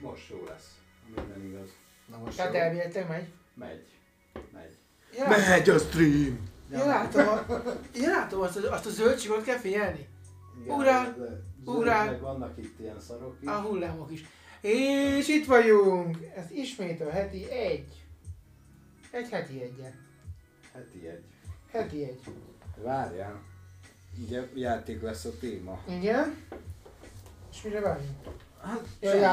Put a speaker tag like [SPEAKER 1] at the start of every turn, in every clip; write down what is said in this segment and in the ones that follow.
[SPEAKER 1] Most jó lesz. Minden igaz.
[SPEAKER 2] Na most
[SPEAKER 3] Tehát elvileg megy.
[SPEAKER 1] Megy.
[SPEAKER 2] megy a stream!
[SPEAKER 3] Én látom azt a zöldségot kell figyelni.
[SPEAKER 1] Igen,
[SPEAKER 3] Ugrál,
[SPEAKER 1] de
[SPEAKER 3] ugrál.
[SPEAKER 1] meg vannak itt ilyen szarok is.
[SPEAKER 3] A hullámok is. És itt vagyunk! Ez ismét a heti egy. Egy heti egyen.
[SPEAKER 1] Heti egy.
[SPEAKER 3] Heti egy.
[SPEAKER 1] Várjál. Ugye játék lesz a téma.
[SPEAKER 3] Igen. És mire várjunk?
[SPEAKER 1] Hát,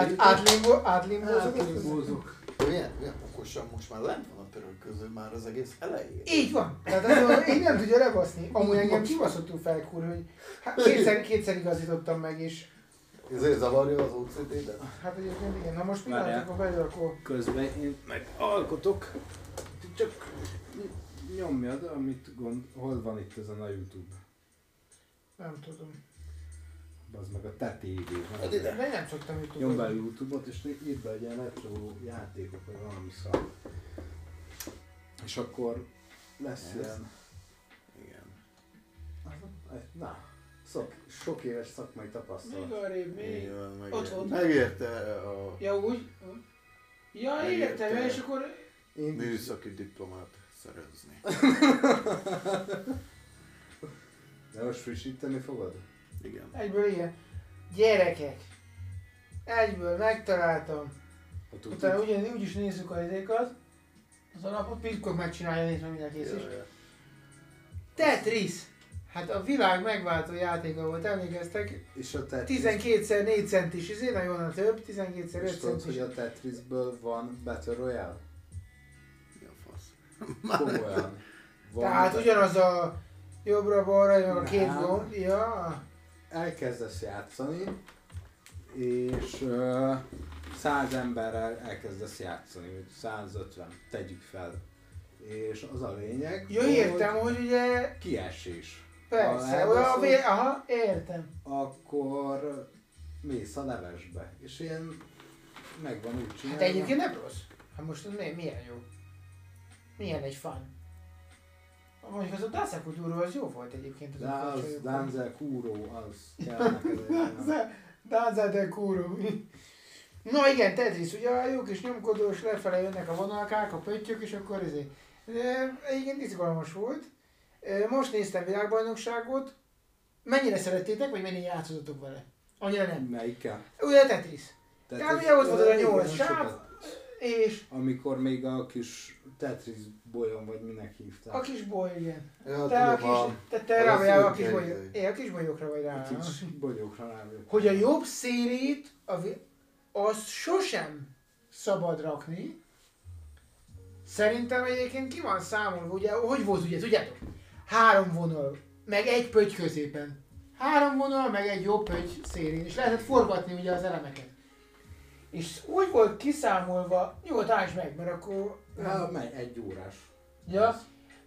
[SPEAKER 3] Átlimbózok.
[SPEAKER 2] Milyen okosan most már lent van a török közül már az egész elején.
[SPEAKER 3] Így van. Tehát az, én nem tudja lebaszni. Amúgy engem kibaszottul felkúr, hogy hát kétszer igazítottam meg és...
[SPEAKER 2] Ezért zavarja az OCD-de?
[SPEAKER 3] Hát egyébként igen. Na most pillanatokon belül akkor...
[SPEAKER 1] Közben én meg alkotok. Csak nyomjad, amit hol van itt ezen a YouTube.
[SPEAKER 3] Nem tudom.
[SPEAKER 1] Az meg a te tévéd.
[SPEAKER 3] De nem szoktam YouTube-ot.
[SPEAKER 1] Nyomd be a YouTube-ot és írd be egy ilyen retro játékok, vagy valami szar. És akkor lesz ilyen...
[SPEAKER 2] Igen.
[SPEAKER 1] Na, sok éves szakmai tapasztalat.
[SPEAKER 3] Még arrébb, még.
[SPEAKER 2] Igen,
[SPEAKER 3] Ott volt.
[SPEAKER 2] Megérte a
[SPEAKER 3] Ja úgy? Ja értem, és akkor...
[SPEAKER 2] műszaki diplomát szerezni.
[SPEAKER 1] De most frissíteni fogod?
[SPEAKER 2] Igen.
[SPEAKER 3] Egyből igen. Gyerekek! Egyből megtaláltam. Utána úgy is nézzük a idékat. Az alapot, Pitkok megcsinálja, nézd meg minden kész is. Tetris! Hát a világ megváltó játéka volt, emlékeztek?
[SPEAKER 1] És a Tetris...
[SPEAKER 3] 12x4 centis, izé, na jónak több, 12x5
[SPEAKER 1] és tudod,
[SPEAKER 3] centis.
[SPEAKER 1] hogy a Tetrisből van Battle Royale?
[SPEAKER 2] Mi a fasz?
[SPEAKER 1] Komolyan.
[SPEAKER 3] Tehát ugyanaz a jobbra-balra, a két
[SPEAKER 1] Nem.
[SPEAKER 3] gomb, ja.
[SPEAKER 1] Elkezdesz játszani, és 100 emberrel elkezdesz játszani, vagy 150, tegyük fel. És az a lényeg,
[SPEAKER 3] Jó, értem, hogy ugye...
[SPEAKER 1] kiesés.
[SPEAKER 3] Persze,
[SPEAKER 1] Ha
[SPEAKER 3] olyan
[SPEAKER 1] elbaszod,
[SPEAKER 3] aha, értem.
[SPEAKER 1] akkor mész a levesbe. És ilyen megvan úgy
[SPEAKER 3] Hát
[SPEAKER 1] csinálva.
[SPEAKER 3] egyébként nem rossz. Hát most ez milyen jó. Milyen egy fan. Mondjuk az a Dasaku Duro az jó volt egyébként.
[SPEAKER 1] De az Danzel Kuro, az kell neked.
[SPEAKER 3] Danzel de Kuro. Na igen, Tetris, ugye a jó kis nyomkodós, lefele jönnek a vonalkák, a pöttyök, és akkor ezért. Egyébként izgalmas volt. Most néztem világbajnokságot. Mennyire szerettétek, vagy mennyire játszottatok vele? Annyira nem.
[SPEAKER 1] Melyikkel?
[SPEAKER 3] Ugye Tetris. Tehát ugye ott volt a 8 sáv, és...
[SPEAKER 1] Amikor még a kis Tetris bolyon, vagy minek hívták.
[SPEAKER 3] A kis boly, igen.
[SPEAKER 2] Ja,
[SPEAKER 3] Te a
[SPEAKER 2] tudom,
[SPEAKER 3] kis... Te rá vagy a kis
[SPEAKER 2] szürke
[SPEAKER 3] bolyok.
[SPEAKER 2] izé.
[SPEAKER 3] A kis bolyokra vagy rá.
[SPEAKER 1] A kis bolyókra rávjuk.
[SPEAKER 3] Hogy a jobb szélét, azt sosem szabad rakni. Szerintem egyébként ki van számolva, ugye, hogy volt ugye, tudjátok? 3 vonal, meg egy pötty középen. 3 vonal, meg egy jobb pötty szélén, és lehetett forgatni ugye az elemeket. És úgy volt kiszámolva, nyugodt állíts meg, mert akkor...
[SPEAKER 1] Hát, mely, 1 órás.
[SPEAKER 3] Ja.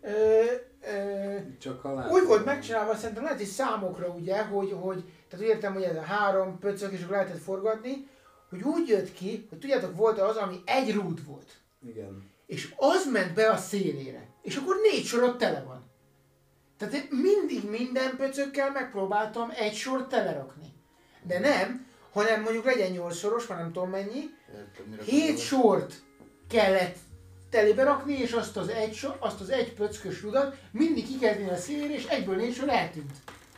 [SPEAKER 1] Csak ha
[SPEAKER 3] Úgy volt megcsinálva, szerintem lehet is számokra ugye, hogy tehát úgy értem, hogy ez a 3 pöccök, és akkor lehetett forgatni, hogy úgy jött ki, hogy tudjátok, volt az, ami egy rúd volt.
[SPEAKER 1] Igen.
[SPEAKER 3] És az ment be a szélére. És akkor 4 sorot tele van. Tehát én mindig minden pöcökkel megpróbáltam egy sort telerakni. De nem, hanem mondjuk legyen 8 soros, már nem tudom mennyi.
[SPEAKER 2] Értem, mire
[SPEAKER 3] 7
[SPEAKER 2] gondolok.
[SPEAKER 3] sort kellett telébe rakni, és azt az egy pöckös rudat mindig ki kellett vinni a szélére, és egyből 4 sor eltűnt.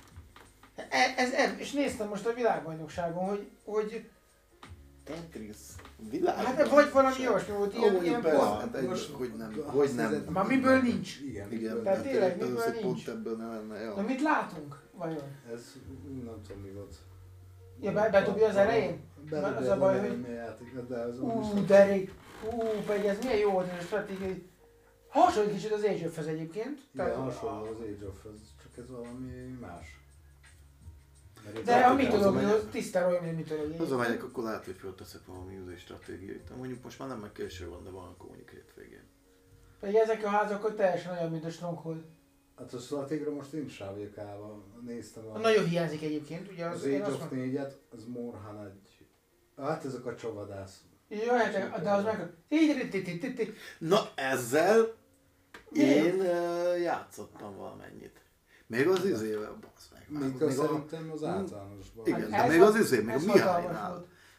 [SPEAKER 3] És néztem most a világbajnokságon, hogy
[SPEAKER 2] Tetris. Világ.
[SPEAKER 3] hát vagy valami olyasmi volt, ilyen
[SPEAKER 2] persze,
[SPEAKER 3] pont.
[SPEAKER 2] hát
[SPEAKER 1] Most-
[SPEAKER 2] hogy nem.
[SPEAKER 3] Már miből nincs?
[SPEAKER 1] Igen.
[SPEAKER 2] Igen,
[SPEAKER 3] Tehát
[SPEAKER 2] de
[SPEAKER 3] tényleg,
[SPEAKER 2] az,
[SPEAKER 3] miből
[SPEAKER 2] hogy
[SPEAKER 3] nincs?
[SPEAKER 2] pont ebből ne lenne.
[SPEAKER 3] Na
[SPEAKER 2] Ja.
[SPEAKER 3] mit látunk? Vajon?
[SPEAKER 1] Ez nem tudom mi volt.
[SPEAKER 3] Ja, bedobja az elején?
[SPEAKER 1] Bedobja
[SPEAKER 3] Az a baj, hogy...
[SPEAKER 1] elején a játékot, de az úgy
[SPEAKER 3] de rég. Pedig ez milyen jó volt, ez a stratégiai. Hasonlít kicsit az Age of-hez egyébként.
[SPEAKER 1] igen, hasonló az Age of-hoz, csak ez valami más. Mert itt
[SPEAKER 3] De a
[SPEAKER 1] játék-
[SPEAKER 3] mitológia, az tisztára olyan, mint mitológia.
[SPEAKER 2] Hazamegyek, akkor lehet, hogy fölteszek valami üzés stratégiait. De mondjuk most már nem meg késő van, de van, akkor mondjuk hétvégén.
[SPEAKER 3] Pedig ezek a házak akkor teljesen olyan, mint a Stronghold.
[SPEAKER 1] Hát a stratégra most nincs rávélkálva, néztem
[SPEAKER 3] Nagyon hiányzik egyébként, ugye
[SPEAKER 1] az
[SPEAKER 3] én
[SPEAKER 1] Age
[SPEAKER 3] azt
[SPEAKER 1] of
[SPEAKER 3] mondom.
[SPEAKER 1] 4-et, az Morhan egy... Hát ezek a csavadász.
[SPEAKER 3] Jaj, de az meg...
[SPEAKER 2] Na ezzel én játszottam valamennyit. Még az izével, bassz meg.
[SPEAKER 1] Még szerintem az általánosban.
[SPEAKER 2] Igen,
[SPEAKER 3] Hát
[SPEAKER 2] de
[SPEAKER 3] ez
[SPEAKER 2] még az izé, még a
[SPEAKER 3] ez hatalmas
[SPEAKER 2] Mihálynál.
[SPEAKER 3] volt.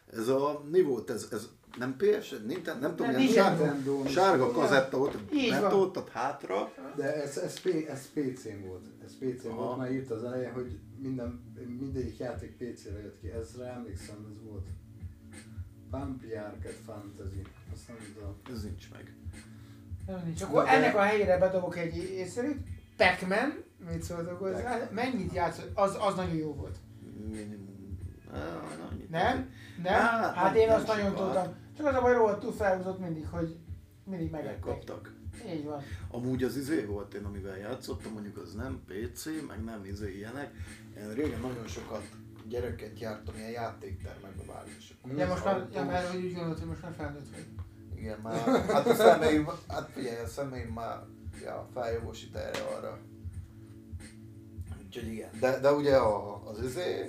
[SPEAKER 2] Ez a mi volt? Ez nem PS? Nintendo? Nem tudom,
[SPEAKER 3] Nem,
[SPEAKER 2] milyen
[SPEAKER 3] Nintendo.
[SPEAKER 2] sárga kazetta volt,
[SPEAKER 3] Így
[SPEAKER 2] nem
[SPEAKER 3] van.
[SPEAKER 2] toltad hátra.
[SPEAKER 1] De ez PC-n volt. Ez PC-n
[SPEAKER 2] Aha.
[SPEAKER 1] volt, már írt az elején, hogy mindegyik játék PC-re jött ki. Ezre emlékszem, ez volt. Pumpy Arcade Fantasy. Azt nem tudom.
[SPEAKER 2] Ez nincs meg.
[SPEAKER 3] Nem nincs. Akkor
[SPEAKER 1] Na, de-
[SPEAKER 3] ennek a helyére bedobok egy észrevét. Pac-Man, mit szóltok hozzá?
[SPEAKER 1] Pac-Man.
[SPEAKER 3] Mennyit játszott? Az nagyon jó volt.
[SPEAKER 2] Minimum. Annyit.
[SPEAKER 3] Nem? Nem?
[SPEAKER 2] Á,
[SPEAKER 3] Hát
[SPEAKER 2] nem-
[SPEAKER 3] én
[SPEAKER 2] nem
[SPEAKER 3] azt nagyon
[SPEAKER 2] sokat.
[SPEAKER 3] tudtam. Csak az a baj rohadtul felhúzott mindig, hogy mindig megettek.
[SPEAKER 2] Megkaptak.
[SPEAKER 3] Így van.
[SPEAKER 2] Amúgy az volt én, amivel játszottam, mondjuk az nem PC, meg nem ilyenek. Én régen nagyon sokat gyereket jártam ilyen játéktermekbe várni. És akkor
[SPEAKER 3] Ja,
[SPEAKER 2] az
[SPEAKER 3] most már,
[SPEAKER 2] autós-
[SPEAKER 3] ja, mert úgy gondolod, hogy most már felnőtt vagy.
[SPEAKER 2] Igen, már, hát a szemeim, hát figyelj, a szemeim már feljogosít erre arra. Úgyhogy igen, de ugye az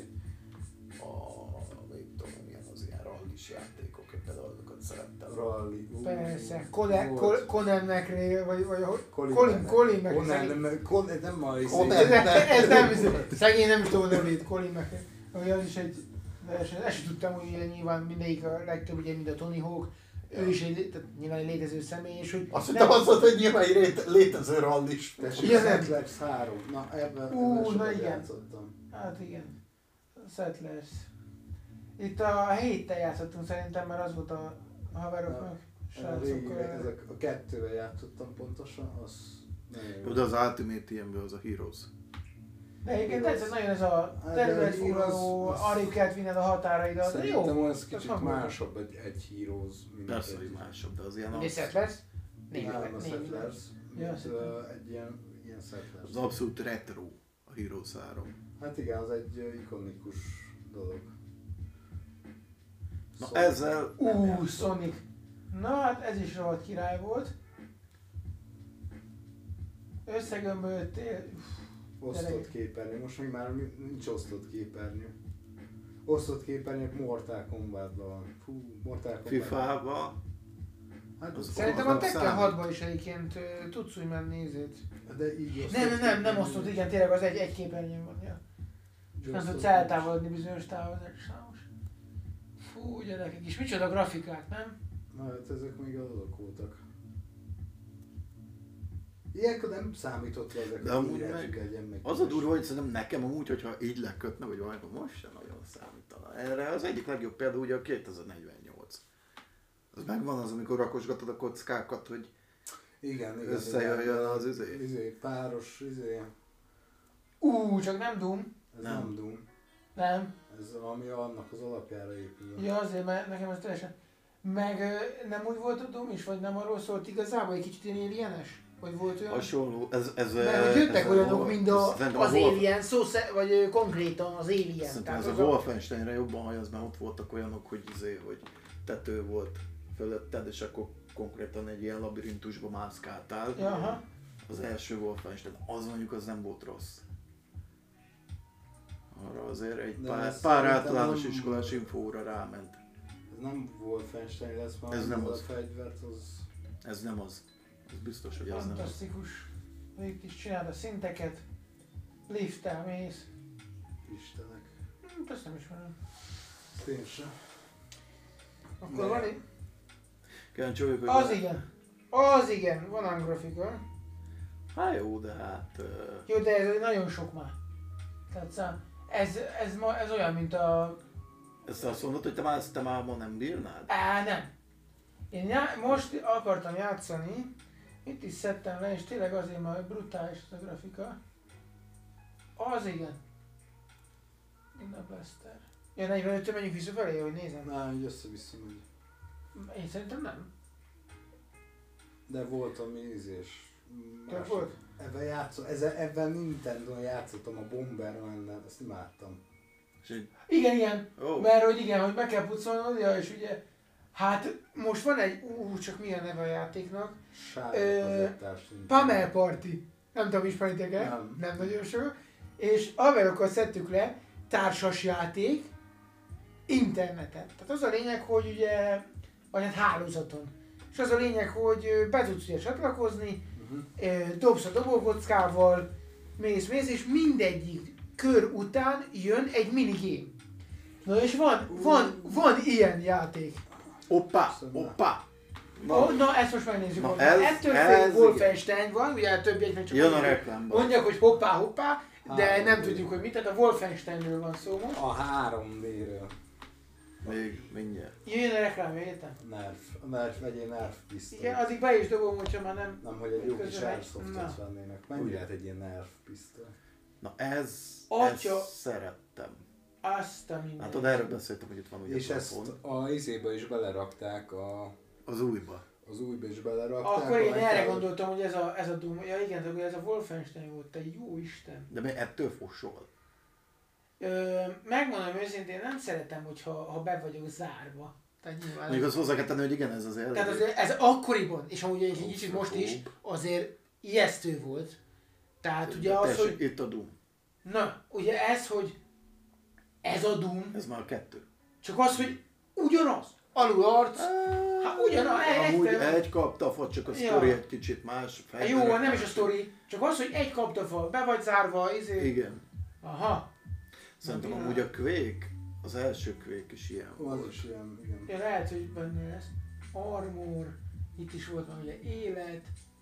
[SPEAKER 2] még tudom, milyen az ilyen rallis játékok, én például azokat szerettem.
[SPEAKER 1] Rally.
[SPEAKER 3] Persze.
[SPEAKER 1] volt.
[SPEAKER 3] Conan McRae, vagy
[SPEAKER 1] Colin
[SPEAKER 3] Colin
[SPEAKER 1] McRae.
[SPEAKER 3] McRae.
[SPEAKER 1] Conan, nem a
[SPEAKER 2] Conan.
[SPEAKER 3] Ez nem, szegény nem is tudom nevét, Colin McRae. Ami az is egy verseny. Ezt sem tudtam, hogy ugye nyilván mindegyik a legtöbb, ugye mind a Tony Hawk. Ő is egy, tehát nyilván egy létező személy, és hogy...
[SPEAKER 2] Azt hittem azt mondta, hogy nyilván egy létező rallis.
[SPEAKER 1] Tessék,
[SPEAKER 3] Ja, nem.
[SPEAKER 1] Settlers 3. Na, ebben
[SPEAKER 3] Na
[SPEAKER 1] sokat
[SPEAKER 3] igen.
[SPEAKER 1] játszottam.
[SPEAKER 3] Hát igen. Settlers. Itt a héttel játszottunk szerintem, mert az volt a haveroknak, srácokkal.
[SPEAKER 1] Ezek a kettővel játszottam pontosan, az nagyon
[SPEAKER 2] Jó,
[SPEAKER 1] jó.
[SPEAKER 2] de az Ultimate ilyenből az a Heroes.
[SPEAKER 3] De egyébként tetszett nagyon ez a
[SPEAKER 1] Hát, de
[SPEAKER 3] területfoglaló,
[SPEAKER 1] az-
[SPEAKER 3] arrébb kellett vinned a határaidat, de jó.
[SPEAKER 1] Szerintem az
[SPEAKER 3] az
[SPEAKER 1] kicsit
[SPEAKER 3] nem volt.
[SPEAKER 1] másabb egy Heroes, mint
[SPEAKER 2] Persze,
[SPEAKER 1] egy...
[SPEAKER 2] hogy másabb, de az ilyen
[SPEAKER 3] Ugye
[SPEAKER 2] az,
[SPEAKER 3] Settlers?
[SPEAKER 1] Nem, a Settlers,
[SPEAKER 3] Ja,
[SPEAKER 1] mint
[SPEAKER 3] Settlers.
[SPEAKER 1] egy ilyen Settlers.
[SPEAKER 2] az abszolút retro a Heroes 3.
[SPEAKER 1] Hát igen, az egy ikonikus dolog.
[SPEAKER 2] Na
[SPEAKER 1] Szóval-
[SPEAKER 2] ezzel nem játszom.
[SPEAKER 3] Sonic. Na hát ez is rohadt király volt. Összegömböltél.
[SPEAKER 1] Osztott
[SPEAKER 3] Gyerek.
[SPEAKER 1] képernyő, most még már nincs osztott képernyő. Osztott képernyők Mortal Kombatban van. Fú, Mortal Kombat.
[SPEAKER 2] FIFA-ba,
[SPEAKER 1] Hát
[SPEAKER 2] Az-
[SPEAKER 3] Szerintem
[SPEAKER 2] az
[SPEAKER 3] a Tekken
[SPEAKER 2] számít.
[SPEAKER 3] 6-ban is egyébként tudsz úgy menni nézét.
[SPEAKER 1] de így osztott
[SPEAKER 3] Nem
[SPEAKER 1] képernyő.
[SPEAKER 3] osztott, igen, tényleg az egy képernyőn van. Ja.
[SPEAKER 1] Így
[SPEAKER 3] Nem tudsz
[SPEAKER 1] osztott
[SPEAKER 3] eltávolodni bizonyos számos. Fú, gyerekek is, micsoda grafikák, nem?
[SPEAKER 1] Na hát ezek még azok voltak. Ilyenkor nem számított le ezek,
[SPEAKER 2] De
[SPEAKER 1] hogy
[SPEAKER 2] amúgy
[SPEAKER 1] így
[SPEAKER 2] meg
[SPEAKER 1] legyen meg.
[SPEAKER 2] az a durva, hogy szerintem nekem amúgy, hogyha így lekötne, vagy valami, akkor most sem nagyon számítana. Erre az egyik legjobb példa ugye a 2048. Az megvan az, amikor rakosgatod a kockákat, hogy
[SPEAKER 1] Igen,
[SPEAKER 2] összejöjjön az
[SPEAKER 1] páros,
[SPEAKER 3] Csak nem Doom.
[SPEAKER 1] ez
[SPEAKER 2] Nem.
[SPEAKER 1] nem Doom.
[SPEAKER 3] Nem.
[SPEAKER 1] Ez ami annak az alapjára épül.
[SPEAKER 3] Ja, azért, mert nekem ez teljesen... Meg nem úgy volt a Doom is, vagy nem arról szólt igazából, egy kicsit ilyen alienes? Vagy volt olyan?
[SPEAKER 2] hasonló,
[SPEAKER 3] Mert hogy jöttek olyanok, mint
[SPEAKER 2] szerintem
[SPEAKER 3] az
[SPEAKER 2] a Wolf-
[SPEAKER 3] Alien, vagy konkrétan az Alien.
[SPEAKER 2] Szerintem
[SPEAKER 3] Tehát
[SPEAKER 2] ez a
[SPEAKER 3] az
[SPEAKER 2] Wolfensteinre jobban hajaz, mert ott voltak olyanok, hogy hogy tető volt fölötted, és akkor konkrétan egy ilyen labirintusba mászkáltál.
[SPEAKER 3] Jaha.
[SPEAKER 2] Az első Wolfenstein, az mondjuk az nem volt rossz. Arra azért egy
[SPEAKER 1] De
[SPEAKER 2] pár
[SPEAKER 1] ez
[SPEAKER 2] általános
[SPEAKER 1] nem-
[SPEAKER 2] iskolás infóra ráment.
[SPEAKER 1] Ez nem Wolfenstein lesz, már
[SPEAKER 2] Ez nem
[SPEAKER 1] az
[SPEAKER 2] az.
[SPEAKER 1] a fegyvert, az...
[SPEAKER 2] Ez nem az. Ez biztos, hogy ez nem az.
[SPEAKER 3] Fantasztikus. Itt is csináld a szinteket. Lifttel mész.
[SPEAKER 1] Istenek.
[SPEAKER 3] Ezt nem ismerem.
[SPEAKER 1] Ezt én sem.
[SPEAKER 3] Akkor
[SPEAKER 1] Ne.
[SPEAKER 3] van egy...
[SPEAKER 2] Kíváncsi vagyok, hogy...
[SPEAKER 3] Az igen. Az igen, van ám grafika.
[SPEAKER 2] Hát jó, de hát...
[SPEAKER 3] Jó, de ez nagyon sok már. Tehát ez olyan, mint a...
[SPEAKER 2] Ezt azt mondod, hogy te már ma nem bírnád?
[SPEAKER 3] Nem. Én most akartam játszani, itt is szedtem le, és tényleg azért már brutális ez a grafika. Az igen. Minden Blaster. Ja, 45-től menjünk visszafelé, hogy nézem.
[SPEAKER 1] Na, így össze-vissza megy.
[SPEAKER 3] Én szerintem nem.
[SPEAKER 1] De volt ami ízés.
[SPEAKER 3] Több volt?
[SPEAKER 1] Ebben Nintendo-n játszottam a Bomberman-nel, ezt imádtam.
[SPEAKER 2] És így...
[SPEAKER 3] Igen.
[SPEAKER 2] Ó,
[SPEAKER 3] Mert hogy igen, hogy meg kell pucolnod, ja, és ugye... Hát most van egy... csak mi a neve a játéknak?
[SPEAKER 1] Sárga
[SPEAKER 3] Ö,
[SPEAKER 1] kazettás.
[SPEAKER 3] Pamel Party. Nem tudom, ismeritek-e?
[SPEAKER 1] Nem.
[SPEAKER 3] Nem nagyon sok. És haverokkal szedtük le, társas játék, interneten. Tehát az a lényeg, hogy ugye, vagy hát hálózaton. És az a lényeg, hogy be tudsz ugye csatlakozni, dobsz a dobókockával, mész, és mindegyik kör után jön egy minigame. Na és van ilyen játék.
[SPEAKER 2] Oppá!
[SPEAKER 3] Na ezt most megnézzük.
[SPEAKER 2] Na,
[SPEAKER 3] Ettől fél Wolfenstein van, ugye a többiek meg csak
[SPEAKER 2] jön a reklámban.
[SPEAKER 3] mondják, hogy hoppá, de nem tudjuk, hogy mit, tehát a Wolfensteinről van szó most.
[SPEAKER 1] A 3D-ről.
[SPEAKER 2] Még mindjárt.
[SPEAKER 3] Jöjjön a reklámja, értem?
[SPEAKER 1] Nerf, vegyél Nerf pisztolyt.
[SPEAKER 3] Igen, addig be is dobom, hogyha már nem...
[SPEAKER 1] Nem, hogy egy jó kis
[SPEAKER 3] közben
[SPEAKER 1] Airsoftot
[SPEAKER 3] Na.
[SPEAKER 1] vennének. Mennyi lehet egy ilyen Nerf pisztoly?
[SPEAKER 2] Na ezt
[SPEAKER 3] Atya.
[SPEAKER 2] szerettem.
[SPEAKER 3] Azt a minden.
[SPEAKER 2] Hát oda erről beszéltem, hogy itt van ugye
[SPEAKER 1] És ezt a izébe is belerakták,
[SPEAKER 2] az újba.
[SPEAKER 1] az újba is belerakták.
[SPEAKER 3] Akkor én erre
[SPEAKER 1] kell-
[SPEAKER 3] gondoltam, hogy ez a Doom, ja igen, akkor ez a Wolfenstein volt, te jó Isten.
[SPEAKER 2] De még ettől fosol.
[SPEAKER 3] Megmondom őszintén, nem szeretem, ha be vagyok zárva. Tehát nyilván...
[SPEAKER 2] Még az hozzá kell tenni, hogy igen, ez azért.
[SPEAKER 3] Tehát azért ez akkoriban, és amúgy egy kicsit most is, azért ijesztő volt. Tehát ugye az, hogy...
[SPEAKER 2] Itt a Doom.
[SPEAKER 3] Na, ugye ez, hogy ez a Doom,
[SPEAKER 2] Ez már a 2.
[SPEAKER 3] csak az, hogy ugyanaz. Alul arc, hát ugyanaz,
[SPEAKER 2] Amúgy
[SPEAKER 3] egyszerűen.
[SPEAKER 2] egy kaptafa, csak a
[SPEAKER 3] Ja.
[SPEAKER 2] sztori egy kicsit más.
[SPEAKER 3] Jó, nem is a sztori, csak az, hogy egy kaptafa, be vagy zárva,
[SPEAKER 2] Igen.
[SPEAKER 3] Aha.
[SPEAKER 2] Szerintem
[SPEAKER 3] Na,
[SPEAKER 2] amúgy a Quake, az első Quake is ilyen
[SPEAKER 1] Az
[SPEAKER 2] volt.
[SPEAKER 1] is ilyen, igen.
[SPEAKER 3] Ja, lehet, hogy benne lesz. Armor, itt is volt már ugye élet.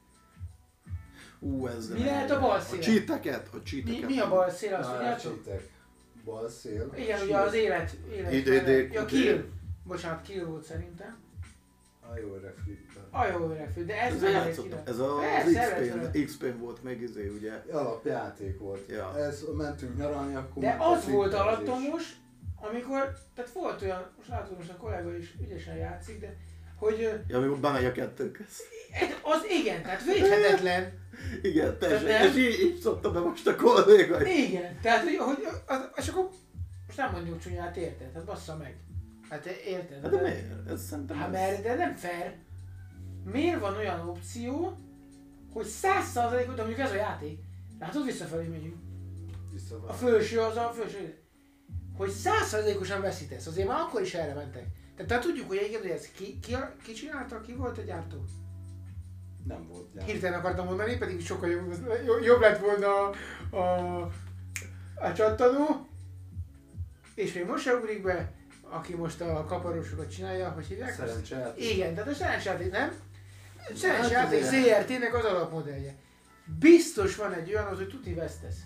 [SPEAKER 2] Ez
[SPEAKER 3] Mi lehet a bal szél?
[SPEAKER 2] A cheateket.
[SPEAKER 3] Mi a bal szél, azt
[SPEAKER 1] Na,
[SPEAKER 3] tudjátok?
[SPEAKER 1] elcsitek. Bal szél.
[SPEAKER 3] Igen, ugye az élet
[SPEAKER 2] IDD.
[SPEAKER 3] ja, kill. Bocsánat, kill volt szerintem.
[SPEAKER 1] A jó öreg flipper.
[SPEAKER 3] A jó öreg, de ez
[SPEAKER 2] Ez
[SPEAKER 3] nem
[SPEAKER 2] játszottam. Ez az
[SPEAKER 3] Persze,
[SPEAKER 2] XP-n volt még ugye.
[SPEAKER 1] Alapjáték volt.
[SPEAKER 2] Ja.
[SPEAKER 1] Ez, mentünk nyaralni, akkor...
[SPEAKER 3] de
[SPEAKER 1] ment a
[SPEAKER 3] az volt
[SPEAKER 1] flipperezés.
[SPEAKER 3] alattomos, amikor, tehát volt olyan, most látod, most a kollega is ügyesen játszik, de hogy
[SPEAKER 2] Ja, amikor bemegy a kettőnk.
[SPEAKER 3] az igen, tehát védhetetlen.
[SPEAKER 2] Igen, teljesen.
[SPEAKER 3] Nem?
[SPEAKER 2] És így szoktam be most a kolléga.
[SPEAKER 3] Igen, tehát hogy és akkor most nem mondjuk csúnyát, érted? Hát bassza meg. Hát érted?
[SPEAKER 2] Hát de miért? Ez szerintem
[SPEAKER 3] Hát
[SPEAKER 2] ez-
[SPEAKER 3] mert de nem fair. Miért van olyan opció, hogy 100%-ot, de mondjuk ez a játék, látod, visszafelé megyünk. A felső az a felső. Hogy 100%-osan veszítesz, azért már akkor is erre mentek. Tehát tudjuk, hogy egyébként, hogy ez ki csinálta, ki volt a gyártó?
[SPEAKER 1] Nem volt gyár.
[SPEAKER 3] Hirtelen akartam mondani, pedig sokkal jobb lett volna a csattanó. És még most se ugrik be, aki most a kaparósokat csinálja, hogy hívják?
[SPEAKER 1] Szerencsejáték.
[SPEAKER 3] Igen, tehát a szerencsejáték, nem?
[SPEAKER 1] Hát
[SPEAKER 3] Szerencsejáték
[SPEAKER 1] azért.
[SPEAKER 3] ZRT-nek az alapmodellje. Biztos van egy olyan, az, hogy tuti vesztesz.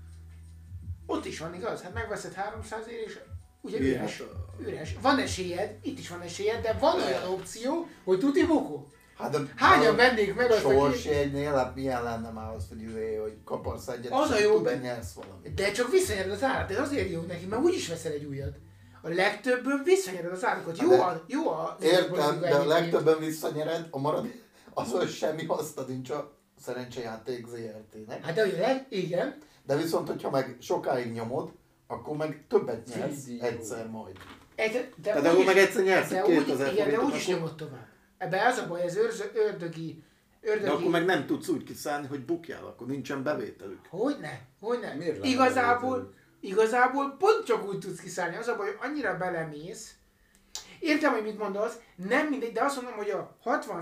[SPEAKER 3] Ott is van, igaz? Hát megveszed 300 ér és ugye
[SPEAKER 2] Igen,
[SPEAKER 3] üres.
[SPEAKER 2] hát
[SPEAKER 3] Üres. Van esélyed, itt is van esélyed, de van olyan opció, hogy tuti bukó.
[SPEAKER 4] Hát de
[SPEAKER 3] Hányan vennék meg azt, hogy...
[SPEAKER 4] sorsjegynél, hát milyen lenne már az, hogy kaparsz egyet,
[SPEAKER 3] Az
[SPEAKER 4] és
[SPEAKER 3] a jó,
[SPEAKER 4] tudod,
[SPEAKER 3] be-
[SPEAKER 4] nyersz valamit.
[SPEAKER 3] De csak visszanyered az árat, ez azért jó neki, mert úgyis veszel egy újat. A legtöbbön visszanyered az árakat. Jó,
[SPEAKER 4] De-
[SPEAKER 3] jó a...
[SPEAKER 4] Értem, de a
[SPEAKER 3] egyébként.
[SPEAKER 4] legtöbben visszanyered, a marad, azon semmi haszna nincs a szerencsejáték ZRT-nek.
[SPEAKER 3] Hát de ugye, igen.
[SPEAKER 4] De viszont, hogyha meg sokáig nyomod, akkor meg többet nyersz
[SPEAKER 1] Fízi, jó.
[SPEAKER 4] egyszer majd.
[SPEAKER 2] Tehát akkor meg egyszer nyersz
[SPEAKER 3] de
[SPEAKER 2] 2000
[SPEAKER 3] igen, de
[SPEAKER 2] forintot,
[SPEAKER 3] úgyis
[SPEAKER 2] akkor-
[SPEAKER 3] nyomod tovább. Ebben az a baj, ez ördögi...
[SPEAKER 2] De akkor meg nem tudsz úgy kiszállni, hogy bukjál, akkor nincsen bevételük.
[SPEAKER 3] Hogyne.
[SPEAKER 1] Miért lenne
[SPEAKER 3] Igazából,
[SPEAKER 1] bevételük?
[SPEAKER 3] pont csak úgy tudsz kiszállni. Az a baj, hogy annyira belemész. Értem, hogy mit mondasz, nem mindegy, de azt mondom, hogy a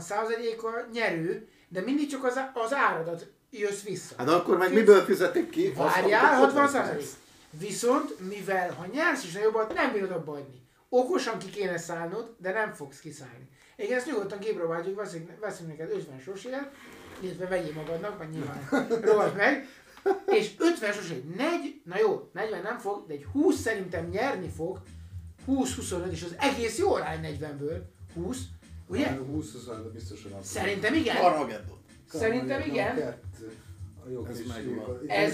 [SPEAKER 3] 60%-a nyerő, de mindig csak az áradat jössz vissza.
[SPEAKER 2] Hát akkor meg miből fizetik ki?
[SPEAKER 3] Várjál,
[SPEAKER 4] Azt,
[SPEAKER 3] 60%. Viszont, mivel ha nyersz is nagyobbat, nem bírod abba hagyni. Okosan ki kéne szállnod, de nem fogsz kiszállni. Igen, ezt nyugodtan kipróbáljuk, veszünk neked 50 sorsért, illetve vegyél magadnak, vagy nyilván rohadt meg. És 50 sorsért, na jó, 40 nem fog, de egy 20 szerintem nyerni fog, 20-25, és az egész jó arány 40-ből, 20, ugye?
[SPEAKER 1] 20 de biztosan nem.
[SPEAKER 3] Szerintem igen.
[SPEAKER 2] Armageddon.
[SPEAKER 3] Szerintem igen.
[SPEAKER 1] Kettő. A jó
[SPEAKER 2] Ez
[SPEAKER 1] kis
[SPEAKER 2] megvan.
[SPEAKER 1] lyuka.
[SPEAKER 3] Ez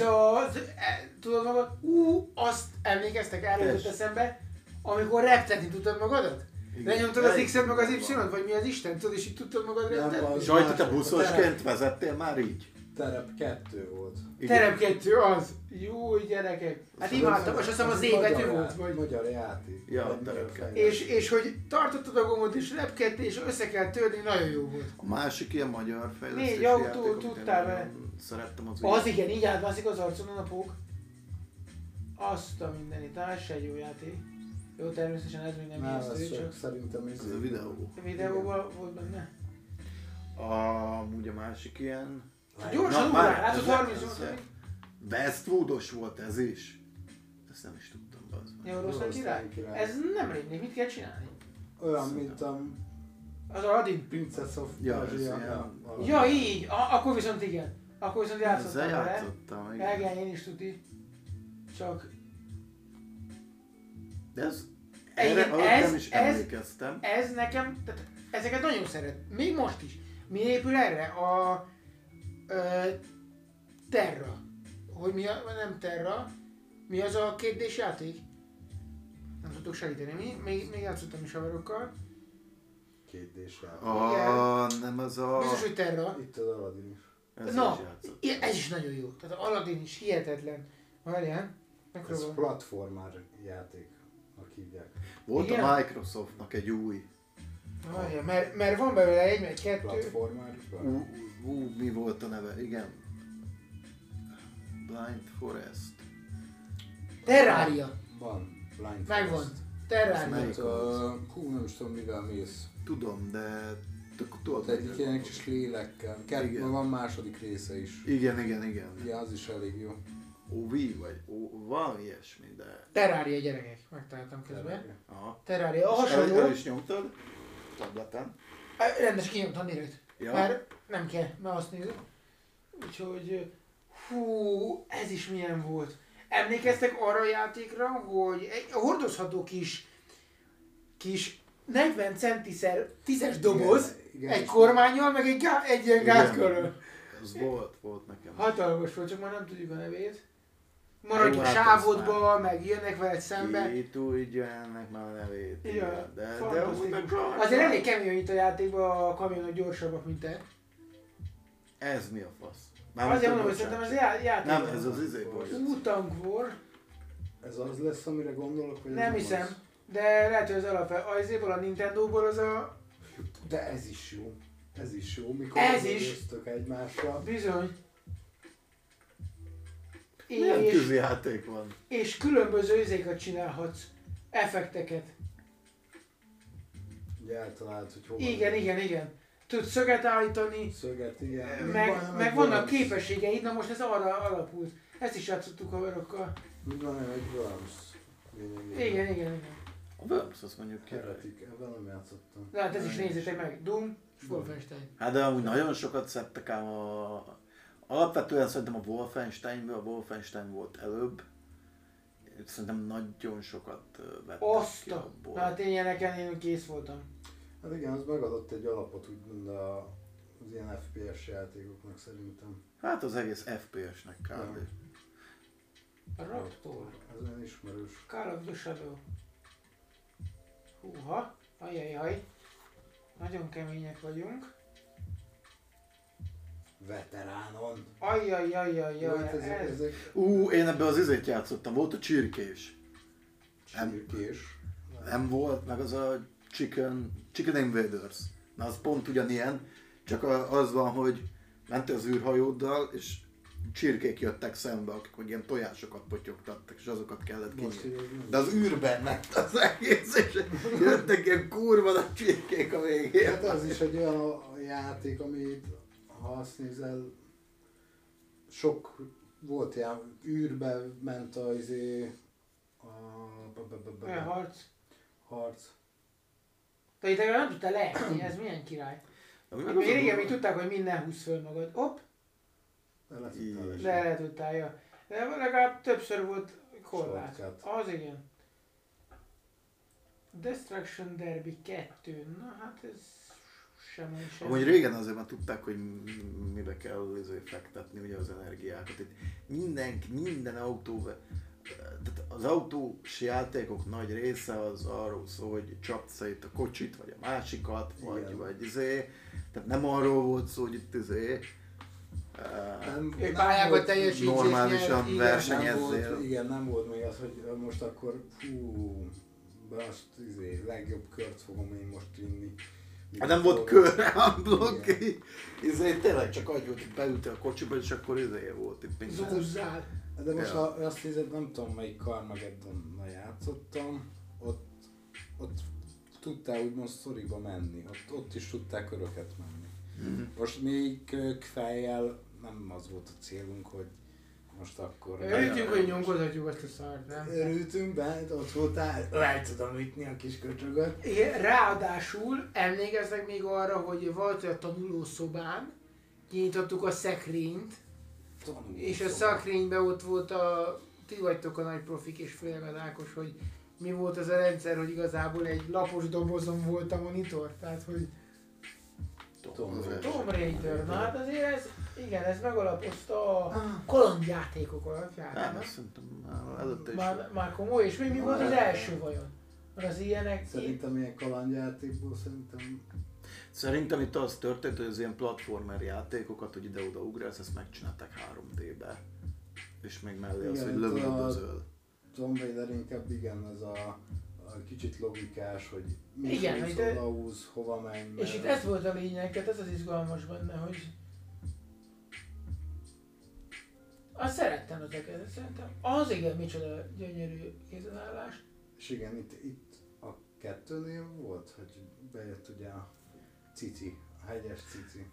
[SPEAKER 3] tudod magad, azt emlékeztek, erről jött eszembe, amikor reptetni tudtad magadat? Lenyomtad az X-et meg az Y-t, vagy mi az Isten, tudod, és így tudtad magad
[SPEAKER 1] Nem,
[SPEAKER 3] reptetni?
[SPEAKER 1] az
[SPEAKER 2] Sajt, te
[SPEAKER 1] másik,
[SPEAKER 2] buszosként vezettél már így?
[SPEAKER 1] Terep 2 volt.
[SPEAKER 2] Igen.
[SPEAKER 3] Terep 2 az. Jó gyerekek. Hát imádtam, és azt hiszem az égető volt, vagy...
[SPEAKER 1] Magyar játék.
[SPEAKER 2] Ja,
[SPEAKER 1] Vagy
[SPEAKER 2] Terep
[SPEAKER 1] magyar
[SPEAKER 2] 2.
[SPEAKER 1] fejlesztés.
[SPEAKER 3] És hogy tartottad a gombot, és repkedte, és össze kell törni, nagyon jó volt.
[SPEAKER 2] A másik ilyen magyar fejlesztési
[SPEAKER 3] Négy autó,
[SPEAKER 2] játék, amit
[SPEAKER 3] tudtál
[SPEAKER 2] én
[SPEAKER 3] vele?
[SPEAKER 2] nagyon szerettem az
[SPEAKER 3] Az igen, így átmászik az arcon a napok. Azt a mindenit, az se egy jó játék. Jó, természetesen ez még nem
[SPEAKER 1] Nem, ez
[SPEAKER 3] ijesztő,
[SPEAKER 1] csak
[SPEAKER 3] csak
[SPEAKER 1] szerintem
[SPEAKER 2] Ez a videó.
[SPEAKER 3] videóban volt benne.
[SPEAKER 2] Amúgy a másik ilyen...
[SPEAKER 3] Gyorsan
[SPEAKER 2] Na,
[SPEAKER 3] ugrál,
[SPEAKER 2] várj,
[SPEAKER 3] látod
[SPEAKER 2] ez-
[SPEAKER 3] 30
[SPEAKER 2] ez- Westwoodos volt ez is. Ezt nem is tudtam. az.
[SPEAKER 3] Nyugodtan király? Ez nem rémlik, mit kell csinálni?
[SPEAKER 1] Olyan, mint a
[SPEAKER 3] Az Aladdin?
[SPEAKER 1] Princess of
[SPEAKER 2] Ja, ez
[SPEAKER 1] Persia.
[SPEAKER 2] ilyen-
[SPEAKER 3] Ja, így! Akkor viszont igen. Akkor viszont játszottam
[SPEAKER 2] Ezzel
[SPEAKER 3] vele.
[SPEAKER 2] játszottam, igen.
[SPEAKER 3] Igen, én is tuti. Csak
[SPEAKER 2] De ez...
[SPEAKER 3] Igen,
[SPEAKER 2] Erre alatt nem is emlékeztem.
[SPEAKER 3] ez nekem, tehát ezeket nagyon szeret. Még most is. Mi épül erre? A Terra. Hogy mi a, nem Terra. Mi az a 2D-s játék? Nem tudok segíteni. Még játszottam is haverokkal.
[SPEAKER 1] 2D-s játék.
[SPEAKER 2] Nem az a...
[SPEAKER 3] Biztos, hogy Terra.
[SPEAKER 1] Itt az Aladdin is.
[SPEAKER 2] Ez
[SPEAKER 3] Na,
[SPEAKER 2] is játszottam.
[SPEAKER 3] ez is nagyon jó. Tehát Aladdin is hihetetlen. Várjál,
[SPEAKER 1] Ez
[SPEAKER 3] megpróbálom.
[SPEAKER 1] platformer játéknak hívják.
[SPEAKER 2] Volt
[SPEAKER 3] Igen?
[SPEAKER 2] a Microsoftnak egy új...
[SPEAKER 3] Várjál, mert van belőle egy, meg kettő.
[SPEAKER 1] Platformer.
[SPEAKER 2] Mi volt a neve? Igen. Blind Forest.
[SPEAKER 3] Terraria.
[SPEAKER 1] Van. Blind
[SPEAKER 3] Megvan.
[SPEAKER 1] Forest.
[SPEAKER 3] Terraria.
[SPEAKER 2] Melyik?
[SPEAKER 1] Nem is tudom mivel mész.
[SPEAKER 2] Tudom, de... Tudod,
[SPEAKER 1] Ott egyik ilyen kis lélekkel.
[SPEAKER 2] Igen.
[SPEAKER 1] Van második része is.
[SPEAKER 2] Igen.
[SPEAKER 1] Ja, az is elég jó.
[SPEAKER 2] OV vagy valami ilyesmi, de...
[SPEAKER 3] Terraria gyerekek, megtaláltam közben.
[SPEAKER 2] Aha.
[SPEAKER 3] Terraria,
[SPEAKER 2] El
[SPEAKER 3] hasonló.
[SPEAKER 2] is nyomtad? Tableten.
[SPEAKER 3] Rendes kinyomtam direkt.
[SPEAKER 2] Ja.
[SPEAKER 3] Mert nem kell, mert azt nézem. Úgyhogy, hú, ez is milyen volt. Emlékeztek arra a játékra, hogy egy hordozható kis 40 centiszer 10-es doboz,
[SPEAKER 1] Igen,
[SPEAKER 3] egy
[SPEAKER 1] és-
[SPEAKER 3] kormánnyal, meg egy ilyen gázkarral.
[SPEAKER 2] Ez volt nekem.
[SPEAKER 3] Hatalmas volt, csak már nem tudjuk a nevét. Maradj
[SPEAKER 2] Jó,
[SPEAKER 3] a
[SPEAKER 2] hát
[SPEAKER 3] sávodba, meg jönnek veled szembe.
[SPEAKER 2] Ki tudja ennek már a nevét.
[SPEAKER 3] Ja,
[SPEAKER 2] igen. De
[SPEAKER 3] fantasztikus.
[SPEAKER 2] úgy meg
[SPEAKER 3] Azért elég kemény itt a játékban, a kamionok gyorsabbak, mint te.
[SPEAKER 2] Ez mi a fasz?
[SPEAKER 3] Azért mondom, hogy szerintem ez játék.
[SPEAKER 2] Nem, ez az izé volt.
[SPEAKER 3] Tank War.
[SPEAKER 1] Ez az lesz, amire gondolok, hogy ez
[SPEAKER 3] Nem hiszem,
[SPEAKER 1] az?
[SPEAKER 3] de lehet, hogy az alapból a Nintendo-ból az a...
[SPEAKER 1] De ez is jó. Ez is jó, mikor
[SPEAKER 3] Ez is.
[SPEAKER 1] ötöztök egymásra.
[SPEAKER 3] Bizony.
[SPEAKER 2] Milyen
[SPEAKER 3] És,
[SPEAKER 2] tűzjáték van?
[SPEAKER 3] és különböző izéket csinálhatsz. Effekteket.
[SPEAKER 1] Ugye eltalált, hogy hova.
[SPEAKER 3] Igen. Tudsz szöget állítani,
[SPEAKER 1] Szöget, igen.
[SPEAKER 3] meg vannak képességeid, na most ez arra alapult. Ezt is játszottuk haverokkal.
[SPEAKER 1] Mit van egy Worms? Lényegében.
[SPEAKER 3] Igen.
[SPEAKER 2] A Worms, azt mondjuk ki.
[SPEAKER 1] Heretik, ebben nem játszottam.
[SPEAKER 3] De hát ez is nézzétek meg. Doom, Wolfenstein.
[SPEAKER 2] Hát de amúgy nagyon sokat szedtek ám a... Alapvetően szerintem a Wolfenstein volt előbb. Szerintem nagyon sokat vettek ki
[SPEAKER 3] Azt a...
[SPEAKER 2] abból.
[SPEAKER 3] Hát én ilyeneken én kész voltam.
[SPEAKER 1] Hát igen, az megadott egy alapot úgymond az ilyen FPS játékoknak szerintem.
[SPEAKER 2] Hát az egész FPS-nek kb.
[SPEAKER 3] A Raptor.
[SPEAKER 1] Ez olyan ismerős.
[SPEAKER 3] Call of the Shadow. Húha, ajajaj. Nagyon kemények vagyunk.
[SPEAKER 1] Veteránon.
[SPEAKER 3] Ajajajajaj.
[SPEAKER 1] Volt ezek
[SPEAKER 2] Én ebbe az izét játszottam, volt a csirkés.
[SPEAKER 1] csirkés.
[SPEAKER 2] Nem volt, meg az a Chicken Invaders. Na az pont ugyanilyen, csak az van, hogy mentél az űrhajóddal, és csirkék jöttek szembe, akik meg ilyen tojásokat potyogtattak, és azokat kellett
[SPEAKER 1] Most
[SPEAKER 2] kinyitni.
[SPEAKER 1] így nem.
[SPEAKER 2] De az űrben ment az egész, és jöttek ilyen kurva nagy csirkék a végén.
[SPEAKER 1] Hát az is egy olyan a játék, amit ha azt nézel, sok volt ilyen űrbe ment a
[SPEAKER 3] Olyan harc.
[SPEAKER 1] harc.
[SPEAKER 3] De itt nem tudtál leesni, ez milyen király.
[SPEAKER 2] Ami meg az
[SPEAKER 3] Még
[SPEAKER 2] a
[SPEAKER 3] régen
[SPEAKER 2] durva-
[SPEAKER 3] még tudták, hogy minden húsz föl magad. Hopp,
[SPEAKER 1] De le
[SPEAKER 2] Így.
[SPEAKER 1] tudtál esni.
[SPEAKER 3] le tudtál, ja. De legalább többször volt korlát.
[SPEAKER 1] Shortcut.
[SPEAKER 3] Az igen. Destruction Derby 2. Na hát ez semmi.
[SPEAKER 2] Amúgy régen azért már tudták, hogy mibe kell fektetni ugye az energiákat. Itt minden autó, tehát az autós játékok nagy része az arról szól, hogy csapd szét a kocsit, vagy a másikat,
[SPEAKER 1] Igen.
[SPEAKER 2] vagy tehát nem arról volt szó, hogy itt
[SPEAKER 3] Egy pályákat teljesítsés
[SPEAKER 2] normálisan
[SPEAKER 3] nyert, igen.
[SPEAKER 2] versenyezzél.
[SPEAKER 1] Igen, nem volt még az, hogy most akkor most legjobb kört fogom én most vinni.
[SPEAKER 2] Hát nem volt kör, unblock, tényleg csak annyi volt, hogy beültél a kocsiba, és akkor volt itt minden.
[SPEAKER 3] Zúzzál.
[SPEAKER 1] De most
[SPEAKER 2] Ja.
[SPEAKER 1] ha azt nézed, nem tudom melyik Carmageddonnal játszottam, ott tudtál úgymond sztoriba menni, ott is tudták köröket menni. Most még fejjel nem az volt a célunk, hogy most akkor...
[SPEAKER 3] Örültünk, hogy nyomkodhatjuk azt a szart, nem?
[SPEAKER 1] Örültünk, bent ott voltál, el tudom ütni a kis köcsögöt.
[SPEAKER 3] Igen, ráadásul emlékeztek még arra, hogy volt a tanulószobán, kinyitottuk a szekrényt, és a szakrényben ott volt ti vagytok a nagy profik és főleg az Ákos, hogy mi volt az a rendszer, hogy igazából egy lapos dobozon volt a monitor, tehát hogy Tomb Raider, na hát azért ez, igen, ez megalapozta a kalandjátékok alapján,
[SPEAKER 2] Nem,
[SPEAKER 3] nem?
[SPEAKER 2] azt szerintem már előtte is.
[SPEAKER 3] Már komoly, és mi volt az első vajon? Mert az ilyenek...
[SPEAKER 1] Szerintem ilyen kalandjátékból
[SPEAKER 2] Szerintem itt az történt, hogy az ilyen platformer játékokat, hogy ide-oda ugrálsz, ezt megcsinálták 3D-be. És még mellé az,
[SPEAKER 1] Igen,
[SPEAKER 2] hogy lövöldözöl.
[SPEAKER 1] Tomb Raider inkább igen, ez a kicsit logikás, hogy mi
[SPEAKER 3] Igen,
[SPEAKER 1] húz,
[SPEAKER 3] de-
[SPEAKER 1] oda húz, hova menj.
[SPEAKER 3] És itt ez volt a lényeg, tehát ez az izgalmas benne, hogy... Azt szerettem ezeket, szerintem. Az igen, micsoda gyönyörű kézenállás.
[SPEAKER 1] És igen, itt a 2-nél volt, hogy bejött ugye a cici, a hegyes cici.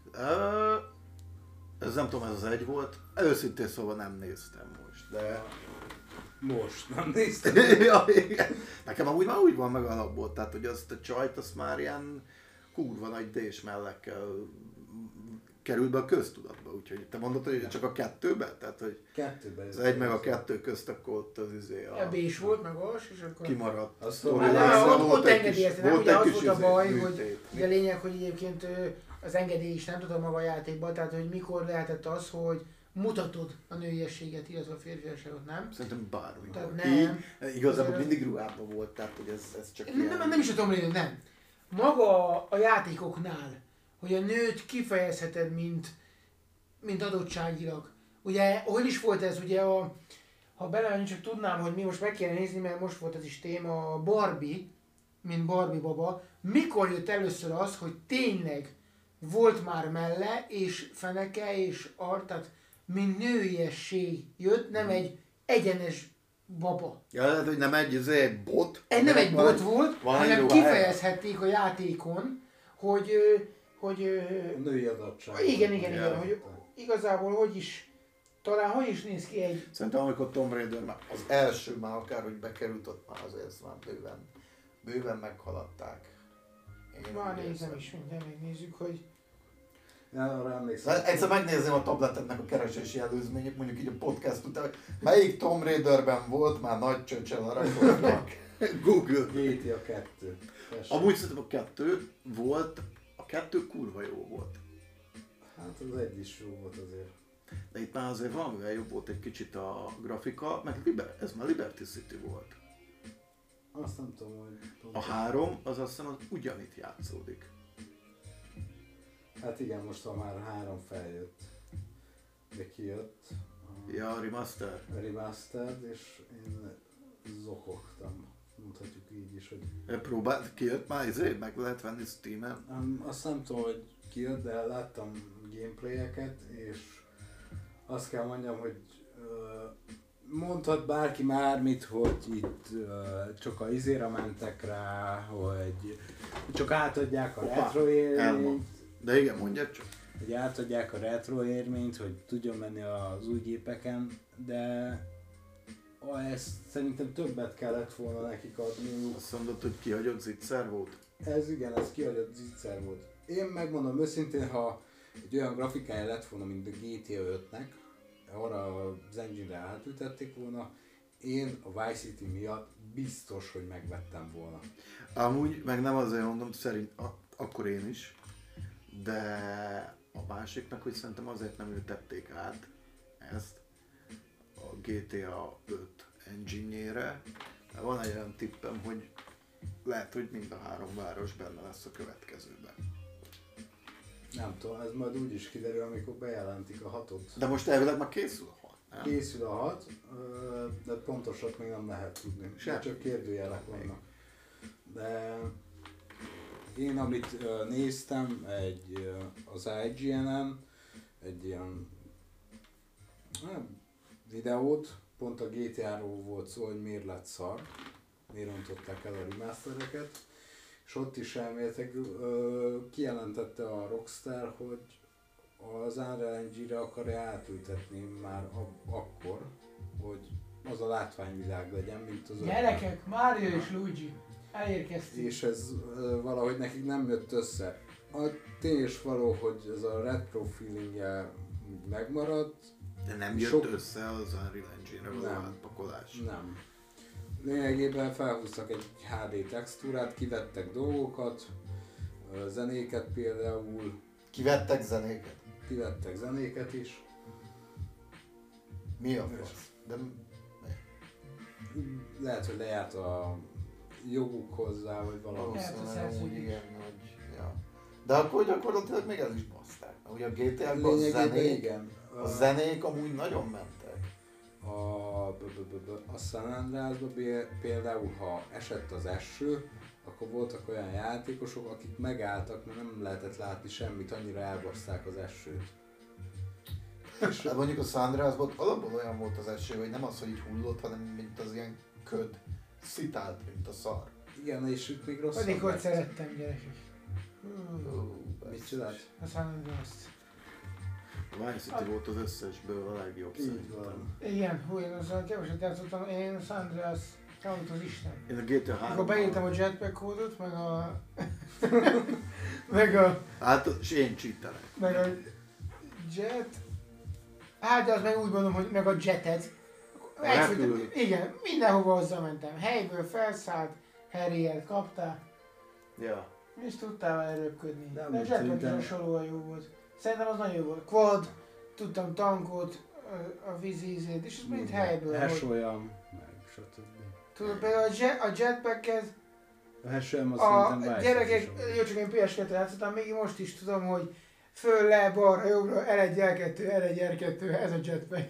[SPEAKER 2] Ez nem tudom, ez az egy volt. Őszintén szóval nem néztem most, de...
[SPEAKER 1] Most nem néztem.
[SPEAKER 2] Ja, igen. Nekem amúgy már úgy van meg alapból, tehát hogy azt a csajt, azt már ilyen kurva nagy dés mellekkel kerül be a köztudatba, úgyhogy te mondod, hogy csak a 2-be? Tehát, hogy
[SPEAKER 1] 2-ben.
[SPEAKER 2] az 1 meg a 2 közt akkor ott az
[SPEAKER 3] B is volt, meg as, és akkor...
[SPEAKER 2] kimaradt.
[SPEAKER 1] Azt
[SPEAKER 2] Storyline.
[SPEAKER 3] Hát,
[SPEAKER 1] tudom,
[SPEAKER 3] ott engedélyezte, ugye az volt a baj, hogy
[SPEAKER 2] műtét.
[SPEAKER 3] ugye a lényeg, hogy egyébként az engedély is nem tudom maga a játékban, tehát hogy mikor lehetett az, hogy mutatod a nőiességet, illetve a férfiasságot, nem?
[SPEAKER 2] Szerintem bármikor.
[SPEAKER 3] Tehát nem.
[SPEAKER 2] Igazából mindig ruhában volt, tehát hogy ez csak ilyen...
[SPEAKER 3] Nem is a Tomb Raider, nem. Maga a játékoknál, hogy a nőt kifejezheted, mint adottságilag. Ugye, hol is volt ez, ugye ha belemenni, csak tudnám, hogy mi most meg kéne nézni, mert most volt ez is téma, a Barbie, mint Barbie baba. Mikor jött először az, hogy tényleg volt már melle, és feneke, és tehát mint nőiesség jött, nem egy egyenes baba.
[SPEAKER 2] Ja, lehet, hogy nem egy bot.
[SPEAKER 3] Nem egy bot volt,
[SPEAKER 2] van egy
[SPEAKER 3] hanem
[SPEAKER 2] ruhája.
[SPEAKER 3] kifejezhették a játékon, hogy
[SPEAKER 1] A női adottság.
[SPEAKER 3] igen, hogy igazából hogy is néz ki egy...
[SPEAKER 2] Szerintem amikor Tomb Raider már az első már akárhogy bekerült, ott már azért ezt már bőven meghaladták. Én
[SPEAKER 3] Már
[SPEAKER 2] úgy
[SPEAKER 3] nézem
[SPEAKER 2] érzem.
[SPEAKER 3] is, mindjárt megnézzük, hogy...
[SPEAKER 1] Ja, arra emlékszem.
[SPEAKER 4] Egyszer megnézném a tabletetnek a keresési előzményét, mondjuk így a podcast után, hogy melyik Tomb Raiderben volt már nagy csöcsel a rakodnak.
[SPEAKER 2] Google.
[SPEAKER 1] GTA 2. Tessék.
[SPEAKER 2] Amúgy szerintem a 2 volt, a 2 kurva jó volt.
[SPEAKER 1] Hát az egy is jó volt azért.
[SPEAKER 2] De itt már azért valamivel jobb volt egy kicsit a grafika, meg ez már Liberty City volt.
[SPEAKER 1] Azt nem tudom, hogy...
[SPEAKER 2] A 3 az azt hiszem az ugyanitt játszódik.
[SPEAKER 1] Hát igen, most ha már 3 feljött. De kijött
[SPEAKER 2] Ja, a remaster.
[SPEAKER 1] a remastered, és én zokogtam. Mondhatjuk így is, hogy...
[SPEAKER 2] Próbált, kijött már, meg lehet venni Steam-en.
[SPEAKER 1] Azt nem tudom, hogy kijött, de láttam gameplayeket, és azt kell mondjam, hogy mondhat bárki mármit, hogy itt csak a izére mentek rá, hogy csak átadják a retro élményt,
[SPEAKER 2] elmond. De igen, mondjad csak.
[SPEAKER 1] hogy átadják a retro élményt, hogy tudjon menni az új gépeken, de ezt szerintem többet kellett volna nekik adni.
[SPEAKER 2] Azt mondod, hogy kihagyott zicser volt?
[SPEAKER 1] Ez igen, ez kihagyott zicser volt. Én megmondom őszintén, ha egy olyan grafikája lett volna, mint a GTA 5-nek, arra az engine-re átültették volna, én a Vice City miatt biztos, hogy megvettem volna.
[SPEAKER 2] Amúgy, meg nem azért mondom, akkor én is, de a másiknak, hogy szerintem azért nem ültették át ezt a GTA 5 engine-jére. Van egy olyan tippem, hogy lehet, hogy mind a 3 város benne lesz a következőben.
[SPEAKER 1] Nem tudom, ez majd úgy is kiderül, amikor bejelentik a 6-ot.
[SPEAKER 2] De most elvileg már készül a 6, nem?
[SPEAKER 1] Készül a 6, de pontosat még nem lehet tudni.
[SPEAKER 2] Sem.
[SPEAKER 1] Csak kérdőjelek vannak. De én amit néztem az IGN-en, egy ilyen videót, pont a GTA-ról volt szó, hogy miért lett szar, miért rontották el a remastereket, és ott is elméletileg kijelentette a Rockstar, hogy az Unreal Engine-re akarja átültetni már akkor, hogy az a látványvilág legyen, mint az
[SPEAKER 3] Gyerekek, Mario és Luigi, elérkeztünk.
[SPEAKER 1] és ez valahogy nekik nem jött össze. A tény is való, hogy ez a retro feelingje megmaradt.
[SPEAKER 2] De nem jött össze az Unreal Engine-re való
[SPEAKER 1] Nem.
[SPEAKER 2] átpakolás.
[SPEAKER 1] Nem. Lényegében felhúztak egy HD textúrát, kivettek dolgokat, zenéket például,
[SPEAKER 4] Kivettek zenéket?
[SPEAKER 1] kivettek zenéket is.
[SPEAKER 4] Mi a fasz? De
[SPEAKER 1] Lehet, hogy lejárt a joguk hozzá, vagy valami.
[SPEAKER 3] Lehet, a
[SPEAKER 4] valószínűleg úgy
[SPEAKER 3] szerződés.
[SPEAKER 4] igen, hogy... Ja. De akkor gyakorlatilag még ez is baszták. Ugye a GTA-ban a
[SPEAKER 1] Lényegében
[SPEAKER 4] zenék,
[SPEAKER 1] igen.
[SPEAKER 4] a zenék amúgy nagyon mentek.
[SPEAKER 1] A San Andreasban például, ha esett az eső, akkor voltak olyan játékosok, akik megálltak, mert nem lehetett látni semmit, annyira elbaszták az esőt.
[SPEAKER 4] Hát mondjuk a San Andreasban alapból olyan volt az eső, hogy nem az, hogy így hullott, hanem mint az ilyen köd. Szitált, mint a szar.
[SPEAKER 1] Igen, és itt még rosszabb
[SPEAKER 3] Pedig hogy
[SPEAKER 1] lett.
[SPEAKER 3] szerettem, gyerekek.
[SPEAKER 1] Mit csinált?
[SPEAKER 3] A San Andreas-t.
[SPEAKER 2] A Vice City volt az összesből a legjobb
[SPEAKER 1] Így
[SPEAKER 2] szerintem.
[SPEAKER 1] van.
[SPEAKER 3] Igen, hú, én azzal keveset játszottam, én San Andreas, számít az Isten.
[SPEAKER 2] Én a GTA 3
[SPEAKER 3] Akkor beírtam a jetpack kódot, meg a...
[SPEAKER 2] Hát, és én cheatelek.
[SPEAKER 3] meg a jet... Hát de az meg úgy mondom, hogy meg a jeted.
[SPEAKER 2] repülő.
[SPEAKER 3] Igen, mindenhova azzal mentem. Helyből felszállt, Harriet kaptál,
[SPEAKER 2] Ja.
[SPEAKER 3] és tudtál vele röpködni.
[SPEAKER 1] De
[SPEAKER 3] De a
[SPEAKER 1] amúgy
[SPEAKER 3] jetpack is
[SPEAKER 1] szerintem-
[SPEAKER 3] hasonlóan jó volt. Szerintem az nagyon jó volt. Quad, tudtam tankot, a vízízét, és ez mind helyből volt.
[SPEAKER 1] Hersolyam, meg stb.
[SPEAKER 3] Tudod, például a jetpacket
[SPEAKER 1] A Hersolyam az
[SPEAKER 3] a
[SPEAKER 1] szerintem Vice
[SPEAKER 3] gyerekek,
[SPEAKER 1] is van.
[SPEAKER 3] jó csak én PS2-re játszottam, még most is tudom, hogy föl, le, balra, jobbra, L1, L2, L1, R2, ez a jetpack.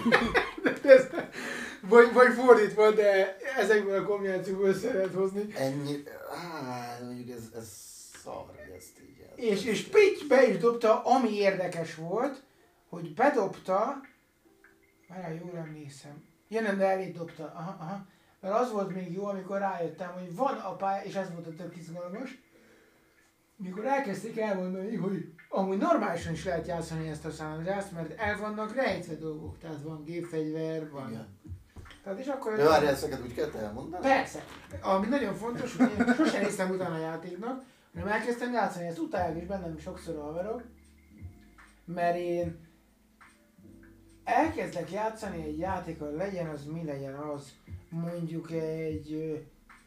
[SPEAKER 3] vagy fordítva, de ezekből a kombinációból össze lehet hozni.
[SPEAKER 4] Ennyi... mondjuk ez szar, hogy ezt így el.
[SPEAKER 3] És Pitch be is dobta, ami érdekes volt, hogy bedobta, várjál, jól emlékszem, ja nem, de elég dobta, aha. Mert az volt még jó, amikor rájöttem, hogy van a pálya, és ez volt a tök izgalmas, mikor elkezdték elmondani, hogy amúgy normálisan is lehet játszani ezt a San Andreas-t, mert el vannak rejtve dolgok, tehát van gépfegyver, van...
[SPEAKER 4] Igen.
[SPEAKER 3] Tehát és akkor...
[SPEAKER 4] De várjál, ezeket úgy kellett elmondani?
[SPEAKER 3] Persze. Ami nagyon fontos, hogy én sosem néztem utána a játéknak, hanem elkezdtem játszani, ezt utálják is bennem sokszor a haverok, mert én elkezdek játszani egy játékkal, legyen az mi legyen az, mondjuk egy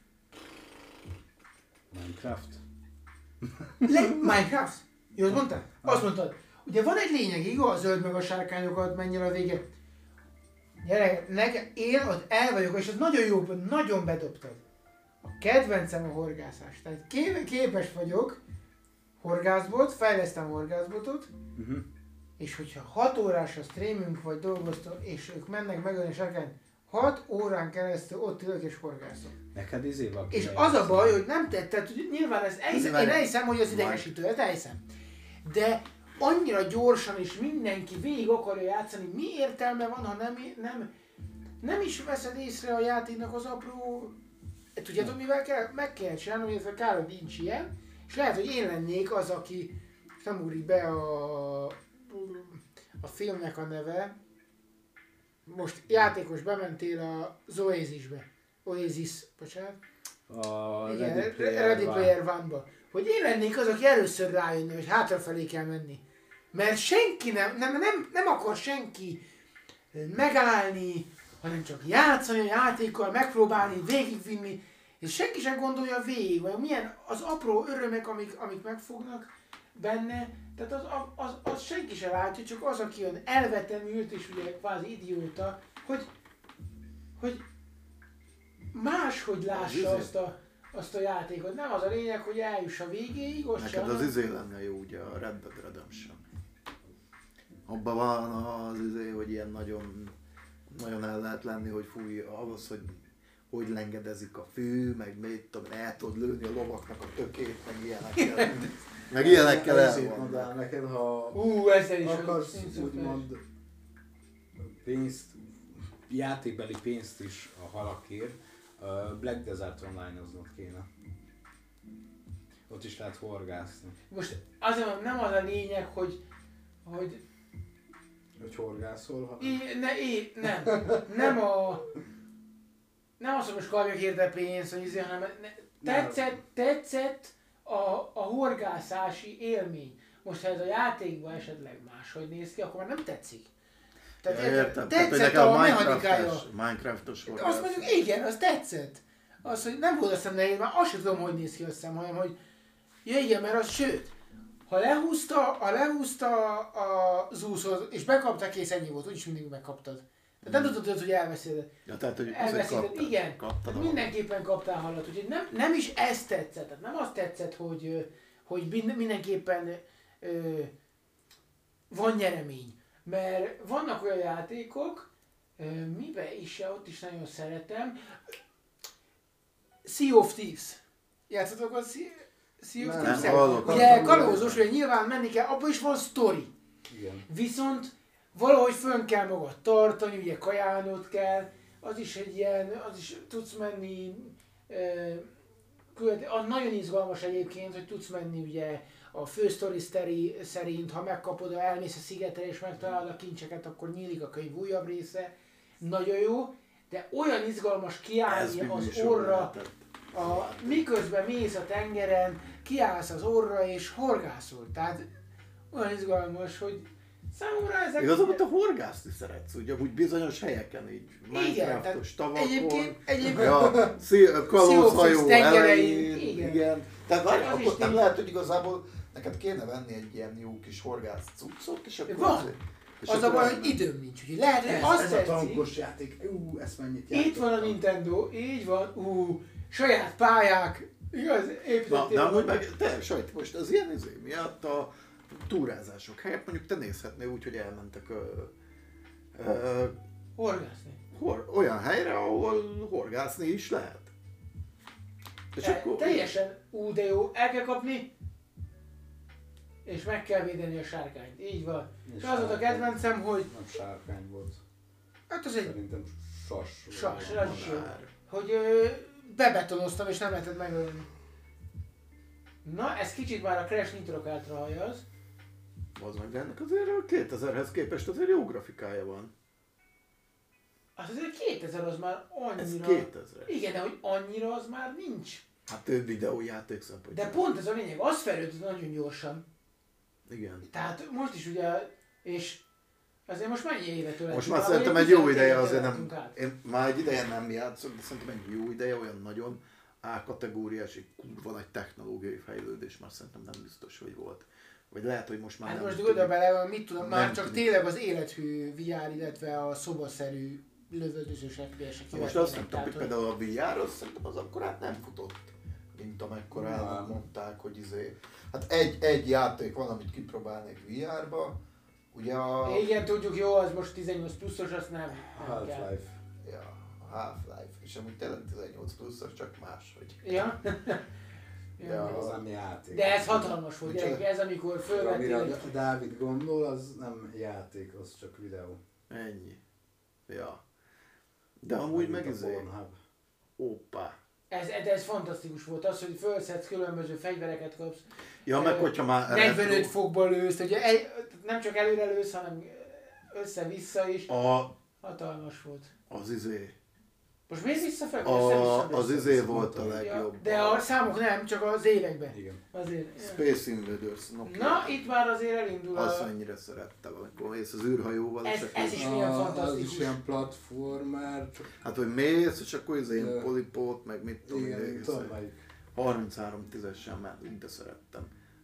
[SPEAKER 1] Minecraft.
[SPEAKER 3] Minecraft. Jól mondtad? Azt mondtad. Ugye van egy lényeg, igaz? A zöld meg a sárkányokat, mennyire a vége. Gyere, én ott el vagyok, és ez nagyon jó, nagyon bedobtad. A kedvencem a horgászás. Tehát képes vagyok horgászbot, fejlesztem a horgászbotot, és hogyha 6 órás a streamünk, vagy dolgoztam, és ők mennek megölni a sárkányt, 6 órán keresztül ott ülök és horgászom.
[SPEAKER 1] Neked van.
[SPEAKER 3] És az a baj, hogy nem tetted, hogy nyilván ez elhiszem, én elhiszem, hogy az idegesítő, ezt elhiszem. De annyira gyorsan és mindenki végig akarja játszani, mi értelme van, ha nem is veszed észre a játéknak az apró... Tudjátok mivel kell? Meg kell csinálni, hogy kár, hogy nincs ilyen. És lehet, hogy én lennék az, aki nem ugrik be a filmnek a neve. Most játékos bementél az Oasis, bocsánat.
[SPEAKER 1] A
[SPEAKER 3] Igen,
[SPEAKER 1] Ready Player
[SPEAKER 3] One-ba. Hogy én lennék az, aki először rájönne, hogy hátrafelé kell menni. Mert senki nem akar senki megállni, hanem csak játszani a játékkal, megpróbálni, végigvinni, és senki sem gondolja végig, vagy milyen az apró örömek, amik megfognak benne, tehát az senki sem látja, csak az, aki olyan elvetemült, és ugye kvázi idióta, hogy máshogy lássa azt a játékot. Nem az a lényeg, hogy eljuss a végéig, ott
[SPEAKER 2] Neked
[SPEAKER 3] sem.
[SPEAKER 2] az izé lenne jó, ugye a Red Dead Redemption. Abban van az izé, hogy ilyen nagyon el lehet lenni, hogy fúj, ahhoz, hogy lengedezik a fű, meg mit tudom, el tudod lőni a lovaknak a tökét, meg ilyenekkel. Meg ilyenekkel
[SPEAKER 1] Ezért
[SPEAKER 2] el van.
[SPEAKER 1] mondál neked, ha
[SPEAKER 3] Ezzel is
[SPEAKER 1] akarsz
[SPEAKER 3] az
[SPEAKER 1] úgymond pénzt, játékbeli pénzt is a halakért, Black Desert Online-oznod kéne. Ott is lehet horgászni.
[SPEAKER 3] Most azért nem az a lényeg, hogy
[SPEAKER 1] Hogy horgászol, hanem...
[SPEAKER 3] Nem azt, hogy most kapjak érte pénzt, vagy hanem tetszett a horgászási élmény. Most ha ez a játékban esetleg máshogy néz ki, akkor már nem tetszik. Tehát
[SPEAKER 2] értem.
[SPEAKER 3] tetszett a mechanikája.
[SPEAKER 2] Minecraftos volt.
[SPEAKER 3] Azt mondjuk igen, az tetszett. Az, hogy nem volt aztán nehéz, már azt sem tudom, hogy néz ki a szem, hanem hogy ja igen, mert az sőt, ha lehúzta az úszót, és bekapta, kész, ennyi volt, úgyis mindig megkaptad. Tehát nem tudod, hogy elveszéted.
[SPEAKER 2] Ja, tehát, hogy
[SPEAKER 3] Elveszíted, igen.
[SPEAKER 2] Kaptad
[SPEAKER 3] mindenképpen kaptál hallat, úgyhogy nem is ez tetszett. Tehát nem azt tetszett, hogy mindenképpen van nyeremény. Mert vannak olyan játékok, miben is, ott is nagyon szeretem. Sea of Thieves. Játszatok a Sea of Thieves? Ugye kalózos, hogy nyilván menni kell, abban is van sztori.
[SPEAKER 1] Igen.
[SPEAKER 3] Viszont valahogy fönn kell magad tartani, ugye kajálnod kell, az is egy ilyen, az is tudsz menni, nagyon izgalmas egyébként, hogy tudsz menni ugye a fősztori szerint, ha megkapod, ha elmész a szigetre és megtalálod a kincseket, akkor nyílik a könyv újabb része. Nagyon jó, de olyan izgalmas kiállni az orra, miközben mész a tengeren, kiállsz az orra és horgászol. Tehát olyan izgalmas, hogy számomra ezek...
[SPEAKER 2] Igazából te horgászni szeretsz, ugye, úgy bizonyos helyeken így, Minecraftos tavakon,
[SPEAKER 3] egyébként
[SPEAKER 2] kalózhajó
[SPEAKER 3] tengerein,
[SPEAKER 2] elején,
[SPEAKER 3] igen.
[SPEAKER 4] Tehát várj, akkor nem lehet, hogy igazából neked kéne venni egy ilyen jó kis horgász cuccot, és akkor...
[SPEAKER 3] Van! Az a baj, hogy időm nincs, úgyhogy lehet, hogy azt
[SPEAKER 1] ez
[SPEAKER 3] tetszik.
[SPEAKER 1] a tankos játék, ezt mennyit játszottam.
[SPEAKER 3] Itt van a Nintendo, így van, saját pályák, igaz, építettél.
[SPEAKER 2] De amúgy meg, te sajt, most az ilyen miatt a túrázások helyett mondjuk te nézhetnél úgy, hogy elmentek
[SPEAKER 3] horgászni.
[SPEAKER 2] Olyan helyre, ahol horgászni is lehet. És akkor...
[SPEAKER 3] Teljesen de jó, el kell kapni, és meg kell védeni a sárkányt, így van. És az volt a kedvencem, hogy...
[SPEAKER 1] Nem sárkány volt.
[SPEAKER 3] Hát az egy...
[SPEAKER 1] Szerintem sas.
[SPEAKER 3] Sas, az is jó. Hogy bebetonoztam és nem lehetett megölni. Na, ez kicsit már a Crash Nitro-Kartra hajaz.
[SPEAKER 2] Az meg ennek azért a 2000-hez képest azért jó grafikája van.
[SPEAKER 3] Az azért 2000 az már annyira...
[SPEAKER 2] Ez 2000.
[SPEAKER 3] Igen, de hogy annyira az már nincs.
[SPEAKER 2] Hát több videójáték szempontjából.
[SPEAKER 3] De pont ez a lényeg, az fejlődött nagyon gyorsan.
[SPEAKER 2] Igen.
[SPEAKER 3] Tehát most is ugye, és azért most mennyi éve tőle?
[SPEAKER 2] Most már szerintem egy jó ideje azért nem... Én már egy ideje nem játszok, de szerintem egy jó ideje olyan nagyon A-kategóriás, egy kurva nagy technológiai fejlődés már szerintem nem biztos, hogy volt. Vagy lehet, hogy most már
[SPEAKER 3] hát
[SPEAKER 2] nem...
[SPEAKER 3] most gondolj bele, mit tudom, már
[SPEAKER 2] nem
[SPEAKER 3] csak
[SPEAKER 2] tűnik.
[SPEAKER 3] tényleg az élethű VR, illetve a szobaszerű lövöldözős FPS-ek.
[SPEAKER 2] Most azt nem tudom, hogy például a VR, azt szerintem az akkorát nem futott, mint amekkorát mondták, hogy Hát egy játék van, amit kipróbálnék VR-ba, ugye a...
[SPEAKER 3] Igen, tudjuk, jó, az most 18 pluszos, azt nem kell.
[SPEAKER 1] Half-Life.
[SPEAKER 4] Ja, a Half-Life, és amúgy tényleg 18 pluszos, csak máshogy.
[SPEAKER 3] Ja?
[SPEAKER 1] Ja, az nem játék.
[SPEAKER 3] De ez hatalmas volt, gyerek, ez amikor fölvettél
[SPEAKER 1] Amire Dávid gondol, az nem játék, az csak videó.
[SPEAKER 2] Ennyi. Ja. De amúgy meg Opa.
[SPEAKER 3] Ez fantasztikus volt, az, hogy felszedsz, különböző fegyvereket kapsz.
[SPEAKER 2] Ja, meg hogyha már...
[SPEAKER 3] 45 fokból lősz, ugye nem csak előre lősz, hanem össze-vissza is. Hatalmas volt.
[SPEAKER 2] Az
[SPEAKER 3] Most mész vissza
[SPEAKER 2] az volt a legjobb.
[SPEAKER 3] De a számok nem, csak az években.
[SPEAKER 1] Igen.
[SPEAKER 3] Azért.
[SPEAKER 2] Space Invaders.
[SPEAKER 3] Na, itt már azért elindul
[SPEAKER 2] azt annyira szerettem, amikor mész az űrhajóval.
[SPEAKER 3] Ez is milyen fantasztikus.
[SPEAKER 1] Az is ilyen platformer.
[SPEAKER 2] Hát, hogy mész, és akkor ilyen polipót, meg mit tudom,
[SPEAKER 1] igen,
[SPEAKER 2] 33-10-esen ment, de szerettem.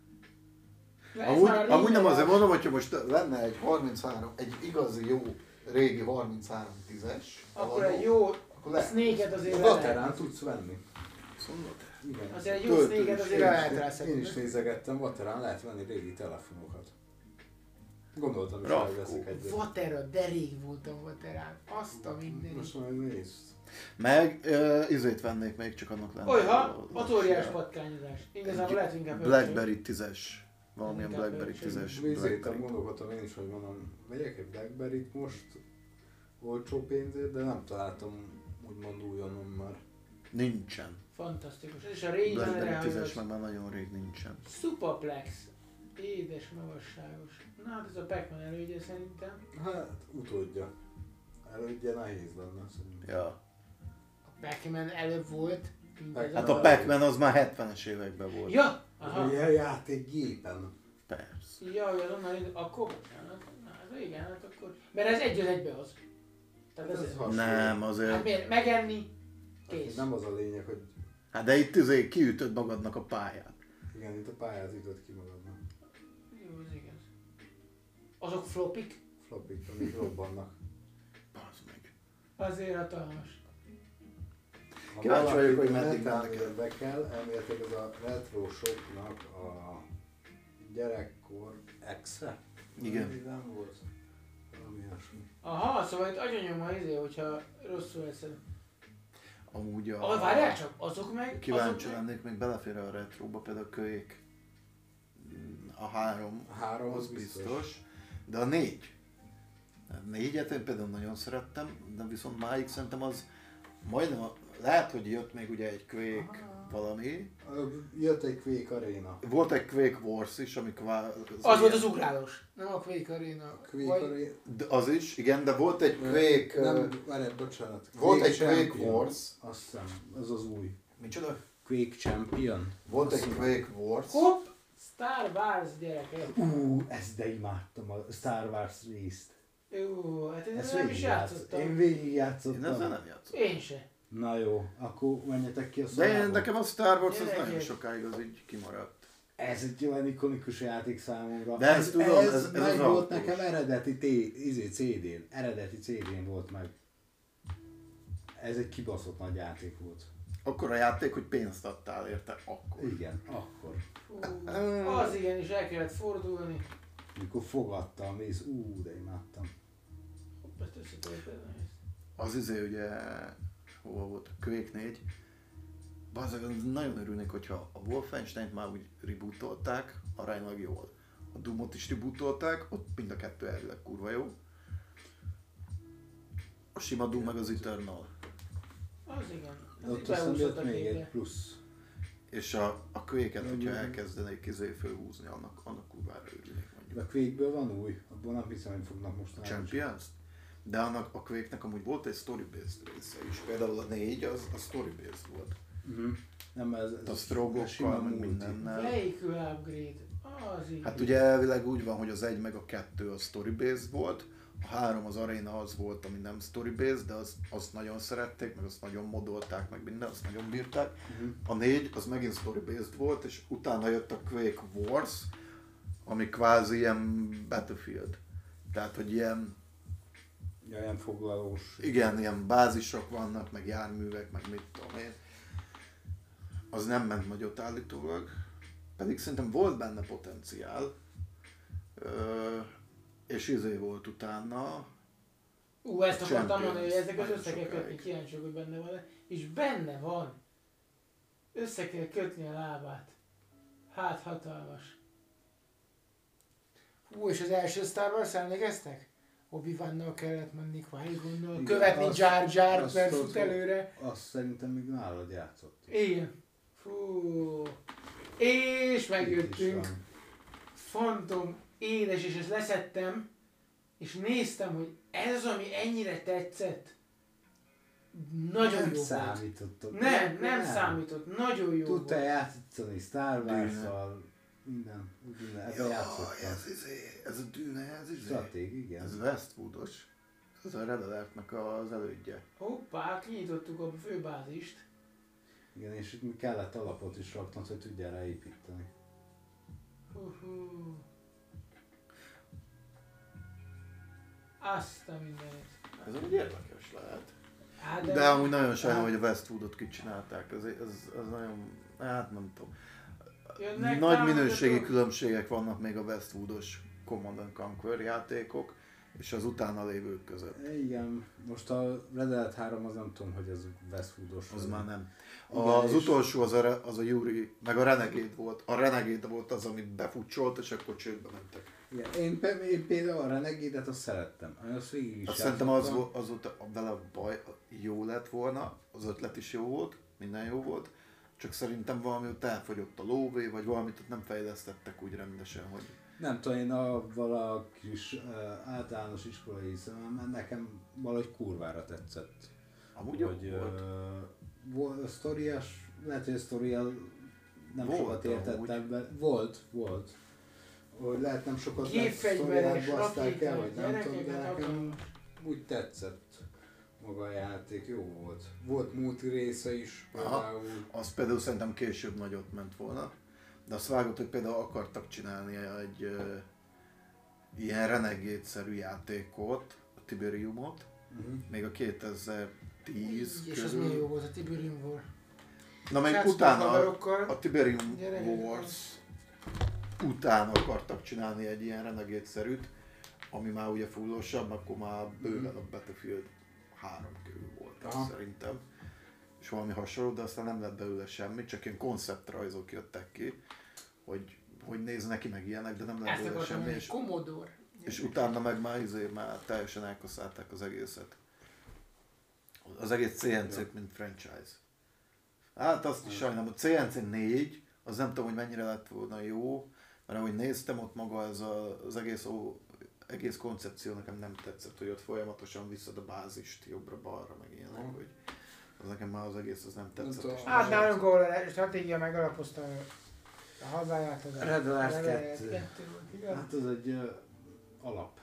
[SPEAKER 4] Amúgy nem azért mondom, hogyha most lenne egy 33, egy igazi jó régi 33-10-es.
[SPEAKER 3] Akkor egy jó Snake-et azért
[SPEAKER 1] Vaterán tudsz venni.
[SPEAKER 3] Igen. Azért egy jó Snake-et azért lehet rá
[SPEAKER 1] Én is nézegettem, Vaterán lehet venni régi telefonokat. Gondoltam is, hogy veszek egyet.
[SPEAKER 3] Vatera, de rég voltam Vaterán. Azt a mindenit.
[SPEAKER 1] Most majd nézd.
[SPEAKER 2] Meg izét vennék még, csak annak lenne.
[SPEAKER 3] Olyha, atóriás patkányozás. Igazából lehet inkább
[SPEAKER 2] Blackberry 10-es. Valamilyen Blackberry 10-es.
[SPEAKER 1] Nézzétem, gondolkodtam én is, hogy mondom, vegyek egy Blackberry-t most olcsó pénzért, de nem találtam úgymond újonnan már.
[SPEAKER 2] Nincsen.
[SPEAKER 3] Fantasztikus. És a régi
[SPEAKER 2] Blackberry 10-es meg már nagyon rég nincsen.
[SPEAKER 3] Superplex. Édes magasságos. Na hát ez a Pac-Man elődje szerintem.
[SPEAKER 1] Hát, utódja. Elődje nehéz lenne szerintem.
[SPEAKER 2] Ja.
[SPEAKER 3] A Pac-Man előbb volt. mint ez
[SPEAKER 2] Hát a Pac-Man az már 70-es években volt.
[SPEAKER 3] Ja! Aha.
[SPEAKER 1] Ugye játékgépen.
[SPEAKER 2] Persze.
[SPEAKER 3] Ja, hogy azonnal akkor... Na, ez igen, hát akkor... Mert ez egy az egybe az. Tehát ez...
[SPEAKER 1] Ez hasonló.
[SPEAKER 2] Nem, azért...
[SPEAKER 3] Hát miért? Megenni, kész.
[SPEAKER 1] Nem az a lényeg, hogy
[SPEAKER 2] Hát de itt kiütöd magadnak a pályát.
[SPEAKER 1] igen, itt a pályát ütött ki magadnak.
[SPEAKER 3] Jó, az igaz. Azok flopik?
[SPEAKER 1] Flopik, amik robbannak.
[SPEAKER 2] Bazd meg.
[SPEAKER 3] Azért hatalmas.
[SPEAKER 1] Ha
[SPEAKER 2] Kíváncsi vagyok, hogy
[SPEAKER 1] valaki
[SPEAKER 2] meddig
[SPEAKER 1] netán
[SPEAKER 2] mennek el.
[SPEAKER 1] érdekel, elméletileg ez a retro shopnak a gyerekkor exe.
[SPEAKER 2] Igen.
[SPEAKER 1] Nem volt. Valami ilyesmi.
[SPEAKER 3] Aha, szóval itt agyonyom a izé, hogyha rosszul eszed.
[SPEAKER 2] Amúgy
[SPEAKER 3] Várjál csak, azok meg...
[SPEAKER 2] Kíváncsi
[SPEAKER 3] azok meg...
[SPEAKER 2] lennék, még belefér a retróba, például a kölyék. A 3
[SPEAKER 1] A 3
[SPEAKER 2] az biztos. De a 4. A 4-et én például nagyon szerettem, de viszont máig szerintem az majdnem, lehet, hogy jött még ugye egy Quake valami.
[SPEAKER 1] Jött egy Quake Arena.
[SPEAKER 2] Volt egy Quake Wars is, amik
[SPEAKER 3] Az volt az ugrálós, nem a Quake Arena.
[SPEAKER 1] Quake
[SPEAKER 3] Vagy...
[SPEAKER 1] Arena.
[SPEAKER 2] Az is, igen, de volt egy Quake...
[SPEAKER 1] Nem, várj, bocsánat.
[SPEAKER 4] Volt egy
[SPEAKER 1] Champion.
[SPEAKER 4] Quake Wars.
[SPEAKER 1] Azt hiszem, ez az új.
[SPEAKER 4] Micsoda?
[SPEAKER 1] Quake Champion.
[SPEAKER 4] Volt egy Quake Wars.
[SPEAKER 3] Hopp! Star Wars gyerekek.
[SPEAKER 1] Ezt de imádtam a Star Wars részt.
[SPEAKER 3] Jó, hát én
[SPEAKER 1] Ezt
[SPEAKER 3] nem is játszottam.
[SPEAKER 1] Én
[SPEAKER 2] Én
[SPEAKER 1] végigjátszottam.
[SPEAKER 2] ezzel nem játszottam.
[SPEAKER 3] Én se.
[SPEAKER 1] Na jó, akkor menjetek ki a
[SPEAKER 2] De
[SPEAKER 1] szobába.
[SPEAKER 2] én, nekem a Star Wars az
[SPEAKER 3] Gyerekek.
[SPEAKER 2] nagyon sokáig az így kimaradt.
[SPEAKER 1] Ez egy olyan ikonikus játék számomra.
[SPEAKER 2] De ezt tudom, ez
[SPEAKER 1] meg
[SPEAKER 2] az
[SPEAKER 1] volt
[SPEAKER 2] autós.
[SPEAKER 1] nekem eredeti CD-n. Eredeti CD-n volt meg. Ez egy kibaszott nagy játék volt.
[SPEAKER 2] Akkor a játék, hogy pénzt adtál érte, akkor.
[SPEAKER 1] Igen, akkor.
[SPEAKER 3] Fú, az igenis el kellett fordulni.
[SPEAKER 1] Mikor fogadtam, és de imádtam.
[SPEAKER 3] Hopp, ezt összetöltöm.
[SPEAKER 2] Az ugye, hol volt a Quake 4. Bazzag, nagyon örülnék, hogyha a Wolfenstein-t már úgy rebootolták, aránylag jól. A Doom-ot is rebootolták, ott mind a kettő elvileg kurva jó. A sima Doom meg az Eternal.
[SPEAKER 3] Az igen. Az
[SPEAKER 1] Ott
[SPEAKER 3] így
[SPEAKER 1] aztán jött
[SPEAKER 3] beúszottak
[SPEAKER 1] még
[SPEAKER 3] végre.
[SPEAKER 1] egy plusz.
[SPEAKER 2] És a Quake-et, hogyha
[SPEAKER 1] Mhm.
[SPEAKER 2] elkezdenék fölhúzni, annak kurvára örülnék
[SPEAKER 1] De
[SPEAKER 2] mondjuk.
[SPEAKER 1] a Quake-ből van új, abból nem hiszem, hogy fognak most
[SPEAKER 2] Champions? De annak a Quake-nek amúgy volt egy story-based része is. Például a 4 az a story-based volt.
[SPEAKER 1] Nem, ez
[SPEAKER 2] A
[SPEAKER 1] sima
[SPEAKER 2] strobokkal, meg
[SPEAKER 1] multi.
[SPEAKER 2] mindennel.
[SPEAKER 3] Vehicle upgrade. Az így.
[SPEAKER 2] Hát ugye elvileg úgy van, hogy az 1 meg a 2 a story-based volt, a 3 az Arena az volt, ami nem story-based, de azt nagyon szerették, meg azt nagyon modolták, meg minden, azt nagyon bírták. A 4 az megint story-based volt, és utána jött a Quake Wars, ami kvázi ilyen Battlefield. Tehát, hogy ilyen,
[SPEAKER 1] Ja, ilyen foglalós.
[SPEAKER 2] igen, ilyen bázisok vannak, meg járművek, meg mit tudom én. Az nem ment nagyot állítólag, pedig szerintem volt benne potenciál. És volt utána.
[SPEAKER 3] Ezt akartam
[SPEAKER 2] Champions.
[SPEAKER 3] mondani, hogy ezek az
[SPEAKER 2] Nagyon
[SPEAKER 3] össze kell kötni,
[SPEAKER 2] sokáig.
[SPEAKER 3] kíváncsi vagyok, hogy benne van. És benne van. Össze kell kötni a lábát. Hát hatalmas. Hú, és az első Star Wars emlékeztek? Obi-Wannal kellett menni, Qui-Gonnal,
[SPEAKER 1] Igen,
[SPEAKER 3] követni
[SPEAKER 1] azt-
[SPEAKER 3] Jar Jar,
[SPEAKER 1] azt
[SPEAKER 3] mert
[SPEAKER 1] tudom.
[SPEAKER 3] fut előre.
[SPEAKER 1] Azt szerintem még nálad játszott.
[SPEAKER 3] Igen. Fú. És
[SPEAKER 1] Itt is
[SPEAKER 3] megjöttünk.
[SPEAKER 1] van.
[SPEAKER 3] Fantom édes, és ezt leszettem, és néztem, hogy ez az, ami ennyire tetszett. Nagyon
[SPEAKER 1] Nem
[SPEAKER 3] jó volt.
[SPEAKER 1] számítottok.
[SPEAKER 3] Nem számított, nagyon jó
[SPEAKER 1] Tudtál
[SPEAKER 3] volt.
[SPEAKER 1] játszani Star Wars-szal, minden,
[SPEAKER 2] Ja,
[SPEAKER 1] játszottam.
[SPEAKER 2] ez a Dűne, ez
[SPEAKER 1] Stratég, igen.
[SPEAKER 2] Ez Westwoodos. Ez a Red Alertnek az elődje.
[SPEAKER 3] Hoppá, kinyitottuk a főbázist.
[SPEAKER 1] Igen, és itt kellett alapot is raknod, hogy tudjál ráépíteni.
[SPEAKER 3] Hú. Azt a mindenit.
[SPEAKER 2] Ez úgy érdekes lehet.
[SPEAKER 3] Hát,
[SPEAKER 2] De amúgy nagyon sajnálom, hogy a Westwoodot kicsinálták. Ez nagyon, hát nem tudom.
[SPEAKER 3] jönnek
[SPEAKER 2] Nagy
[SPEAKER 3] támogatók?
[SPEAKER 2] minőségi különbségek vannak még a Westwoodos Command & Conquer játékok és az utána lévők között.
[SPEAKER 1] Igen, most a Red Alert 3 az nem tudom, hogy ez Westwoodos.
[SPEAKER 2] Az már nem.
[SPEAKER 1] Igen,
[SPEAKER 2] Az
[SPEAKER 1] és-
[SPEAKER 2] utolsó az a Yuri, meg a Renegade volt. A Renegade volt az, amit befutcsolt, és akkor csődbe mentek.
[SPEAKER 1] Igen, én például a Renegade-et azt szerettem. Azt végig is
[SPEAKER 2] Azt szerintem az
[SPEAKER 1] játszottam.
[SPEAKER 2] volt vele a baj, jó lett volna, az ötlet is jó volt, minden jó volt, Csak szerintem valami ott elfogyott a lóvé, vagy valamit ott nem fejlesztettek úgy rendesen, hogy...
[SPEAKER 1] Nem tudom, én avval a kis általános iskolai szememben nekem valahogy kurvára tetszett.
[SPEAKER 2] Amúgy
[SPEAKER 1] hogy volt sztoriás, lehet, hogy a sztoriál nem
[SPEAKER 2] Volt
[SPEAKER 1] sokat értettem be. Volt. Hogy lehet nem sokat
[SPEAKER 3] Gépfegyveres,
[SPEAKER 1] baszták el, vagy nem
[SPEAKER 3] rakéták,
[SPEAKER 1] tudom, de
[SPEAKER 3] gyerekeket
[SPEAKER 1] nekem
[SPEAKER 3] hatalmas.
[SPEAKER 1] úgy tetszett maga a játék, jó volt. Volt multi része is, például.
[SPEAKER 2] Az például szerintem később nagyot ment volna. De azt vágott, hogy például akartak csinálni egy ilyen Renegade-szerű játékot, a Tiberiumot, még a 2010
[SPEAKER 3] És az milyen jó volt a Tiberium War.
[SPEAKER 2] Na meg
[SPEAKER 3] Srácok,
[SPEAKER 2] utána
[SPEAKER 3] haverokkal.
[SPEAKER 2] a Tiberium
[SPEAKER 3] Gyerekek.
[SPEAKER 2] Wars után akartak csinálni egy ilyen Renegade-szerűt, ami már ugye fullosabb, akkor már bőven a Battlefield 3 körül volt az szerintem. És valami hasonló, de aztán nem lett belőle semmi, csak ilyen konceptrajzok jöttek ki, hogy néznek ki meg ilyenek, de nem lett
[SPEAKER 3] Ezt
[SPEAKER 2] belőle
[SPEAKER 3] akartam
[SPEAKER 2] semmi.
[SPEAKER 3] mondani, Commodore.
[SPEAKER 2] És utána meg már teljesen elkaszálták az egészet. Az egész CNC-t, mint franchise. Hát azt is sajnálom, a CNC 4, az nem tudom, hogy mennyire lett volna jó, mert ahogy néztem, ott maga ez az egész koncepció nekem nem tetszett, hogy ott folyamatosan visszad a bázist jobbra-balra, meg ilyenek, hogy az nekem már az egész az nem tetszett.
[SPEAKER 3] Hát nálunk, ahol a stratégia megalapozta a hazáját, az
[SPEAKER 1] Red Alert
[SPEAKER 3] Red
[SPEAKER 1] 2.
[SPEAKER 3] volt, igaz?
[SPEAKER 1] Hát az egy alap.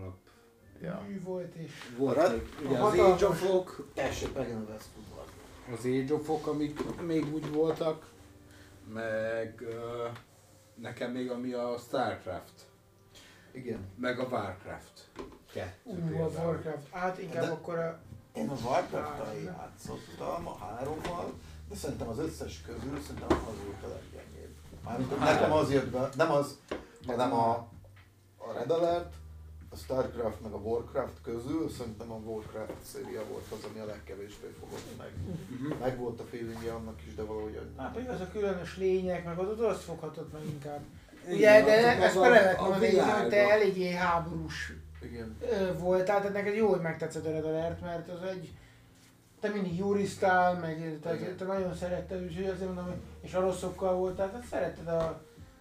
[SPEAKER 3] Mű volt és...
[SPEAKER 1] Volt még, ugye az
[SPEAKER 3] hatalmas-
[SPEAKER 1] Age of Ok,
[SPEAKER 2] Első megint a Westwood.
[SPEAKER 1] az Age of Ok, amik még úgy voltak, meg nekem még ami a Starcraft,
[SPEAKER 2] Igen.
[SPEAKER 1] meg a Warcraft 2
[SPEAKER 3] A
[SPEAKER 1] például.
[SPEAKER 3] Warcraft. Hát inkább
[SPEAKER 2] De-
[SPEAKER 3] akkor a...
[SPEAKER 2] Én a Warcraft-tal játszottam, a 3-mal, de szerintem az összes közül szerintem az volt a leggyengébb. Mármint nekem az jött be, nem az, hanem a Red Alert, a Starcraft meg a Warcraft közül szerintem a Warcraft széria volt az, ami a legkevésbé fogott meg. Meg volt a feelingje annak is, de valahogy
[SPEAKER 3] Hát hogy az a különös lények, meg az azt foghatott meg inkább.
[SPEAKER 1] Igen,
[SPEAKER 3] Ugye, de
[SPEAKER 1] az
[SPEAKER 3] ezt
[SPEAKER 1] a-
[SPEAKER 3] bele lehet
[SPEAKER 1] a
[SPEAKER 3] mondani, hogy
[SPEAKER 1] világba.
[SPEAKER 3] te eléggé háborús
[SPEAKER 2] igen.
[SPEAKER 3] voltál, tehát neked jó, hogy megtetszett a Red Alert, mert az egy... Te mindig juristál, meg te nagyon szeretted, úgyhogy azért mondom, hogy és a rosszokkal voltál, tehát szeretted a...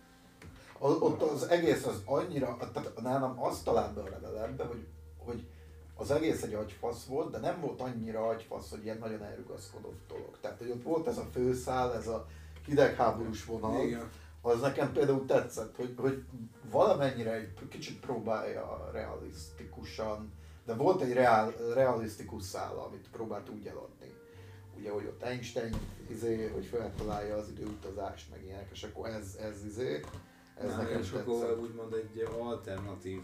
[SPEAKER 2] Ott az egész az annyira, tehát nálam azt talált be a Red Alertbe, hogy az egész egy agyfasz volt, de nem volt annyira agyfasz, hogy ilyen nagyon elrugaszkodott dolog. Tehát, hogy ott volt ez a főszál, ez a hidegháborús vonal,
[SPEAKER 1] Igen.
[SPEAKER 2] az nekem például tetszett, hogy valamennyire egy kicsit próbálja realisztikusan, de volt egy realisztikus szála, amit próbált úgy eladni. Ugye, hogy ott Einstein, hogy feltalálja az időutazást, meg ilyenek, és akkor ez
[SPEAKER 1] Nem,
[SPEAKER 2] nekem
[SPEAKER 1] és akkor
[SPEAKER 2] tetszett.
[SPEAKER 1] úgymond egy alternatív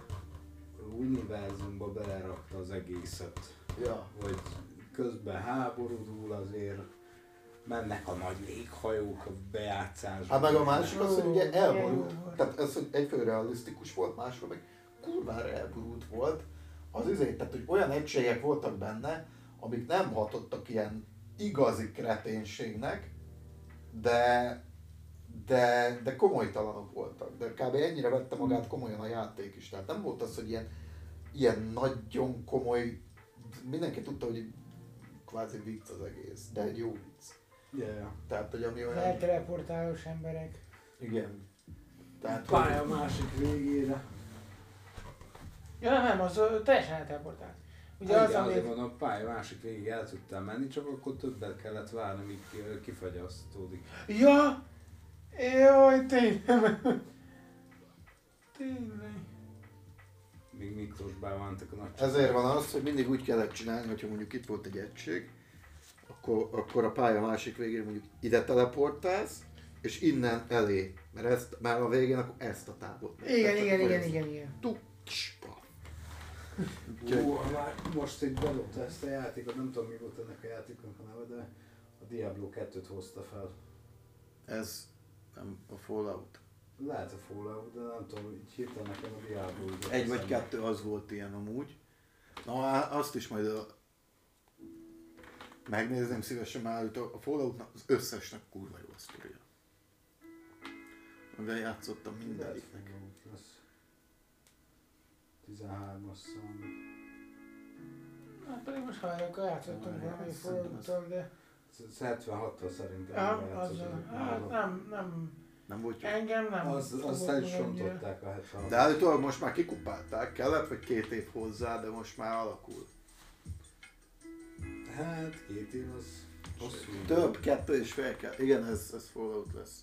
[SPEAKER 1] univerzumba belerakta az egészet.
[SPEAKER 2] Ja.
[SPEAKER 1] Hogy közben háború dúl, azért mennek a nagy léghajók a bejátszásba.
[SPEAKER 2] Hát meg a másik az, hogy ugye
[SPEAKER 3] Jó,
[SPEAKER 2] elborult,
[SPEAKER 3] jó volt.
[SPEAKER 2] tehát ez, hogy egyfő realisztikus volt, másról meg kurvára elborult volt. Az azért, tehát hogy olyan egységek voltak benne, amik nem hatottak ilyen igazi kreténségnek, de komolytalanok voltak. De kb. Ennyire vette magát komolyan a játék is. Tehát nem volt az, hogy ilyen nagyon komoly, mindenki tudta, hogy kvázi vicc az egész, de egy jó vicc.
[SPEAKER 1] Yeah.
[SPEAKER 2] Tehát, hogy ami
[SPEAKER 3] Az
[SPEAKER 2] olyan...
[SPEAKER 3] elteleportálós emberek.
[SPEAKER 2] Igen. Tehát,
[SPEAKER 1] Pálya másik végére.
[SPEAKER 3] Ja nem, az teljesen elteleportált. Ugye
[SPEAKER 1] Igen,
[SPEAKER 3] az,
[SPEAKER 1] azért
[SPEAKER 3] ami...
[SPEAKER 1] van, a pálya másik végig el tudtál menni, csak akkor többet kellett várni, míg kifagyasztódik.
[SPEAKER 3] Ja! Jaj, tényleg. Tényleg.
[SPEAKER 1] Míg Miklósba vannak a nagy
[SPEAKER 2] ezért van az, hogy mindig úgy kellett csinálni, hogyha mondjuk itt volt egy egység, akkor a pálya másik végén mondjuk ide teleportálsz, és innen elé, mert már a végén akkor ezt a távot.
[SPEAKER 3] Igen.
[SPEAKER 2] Tucspa.
[SPEAKER 1] Már most itt bedobta ezt a játékot, nem tudom mi volt ennek a játéknak a neve, de a Diablo 2-t hozta fel.
[SPEAKER 2] Ez nem a Fallout.
[SPEAKER 1] Lehet a Fallout, de nem tudom, így hirtelen nekem a Diablo jutott
[SPEAKER 2] Egy vagy
[SPEAKER 1] eszembe.
[SPEAKER 2] kettő az volt ilyen amúgy. Na azt is majd megnézném szívesen már előtt. A Falloutnak az összesnek kurva jó a sztoria. Amivel játszottam
[SPEAKER 1] Lehet
[SPEAKER 2] mindegyiknek.
[SPEAKER 1] Fallout lesz. 13-as számít.
[SPEAKER 3] Hát pedig most hajrakkal játszottunk valami
[SPEAKER 2] Szerintem
[SPEAKER 3] forrottal, de...
[SPEAKER 1] 76-tal szerintem.
[SPEAKER 3] Ja, az, hát
[SPEAKER 2] Nem volt jó.
[SPEAKER 3] engem nem.
[SPEAKER 1] Azt el is rontották a 76.
[SPEAKER 2] De állítólag most már kikupálták, kellett vagy 2 év hozzá, de most már alakul.
[SPEAKER 1] Hát 2 év az hosszú.
[SPEAKER 2] Több, 2,5 kell. Igen, ez Fallout lesz.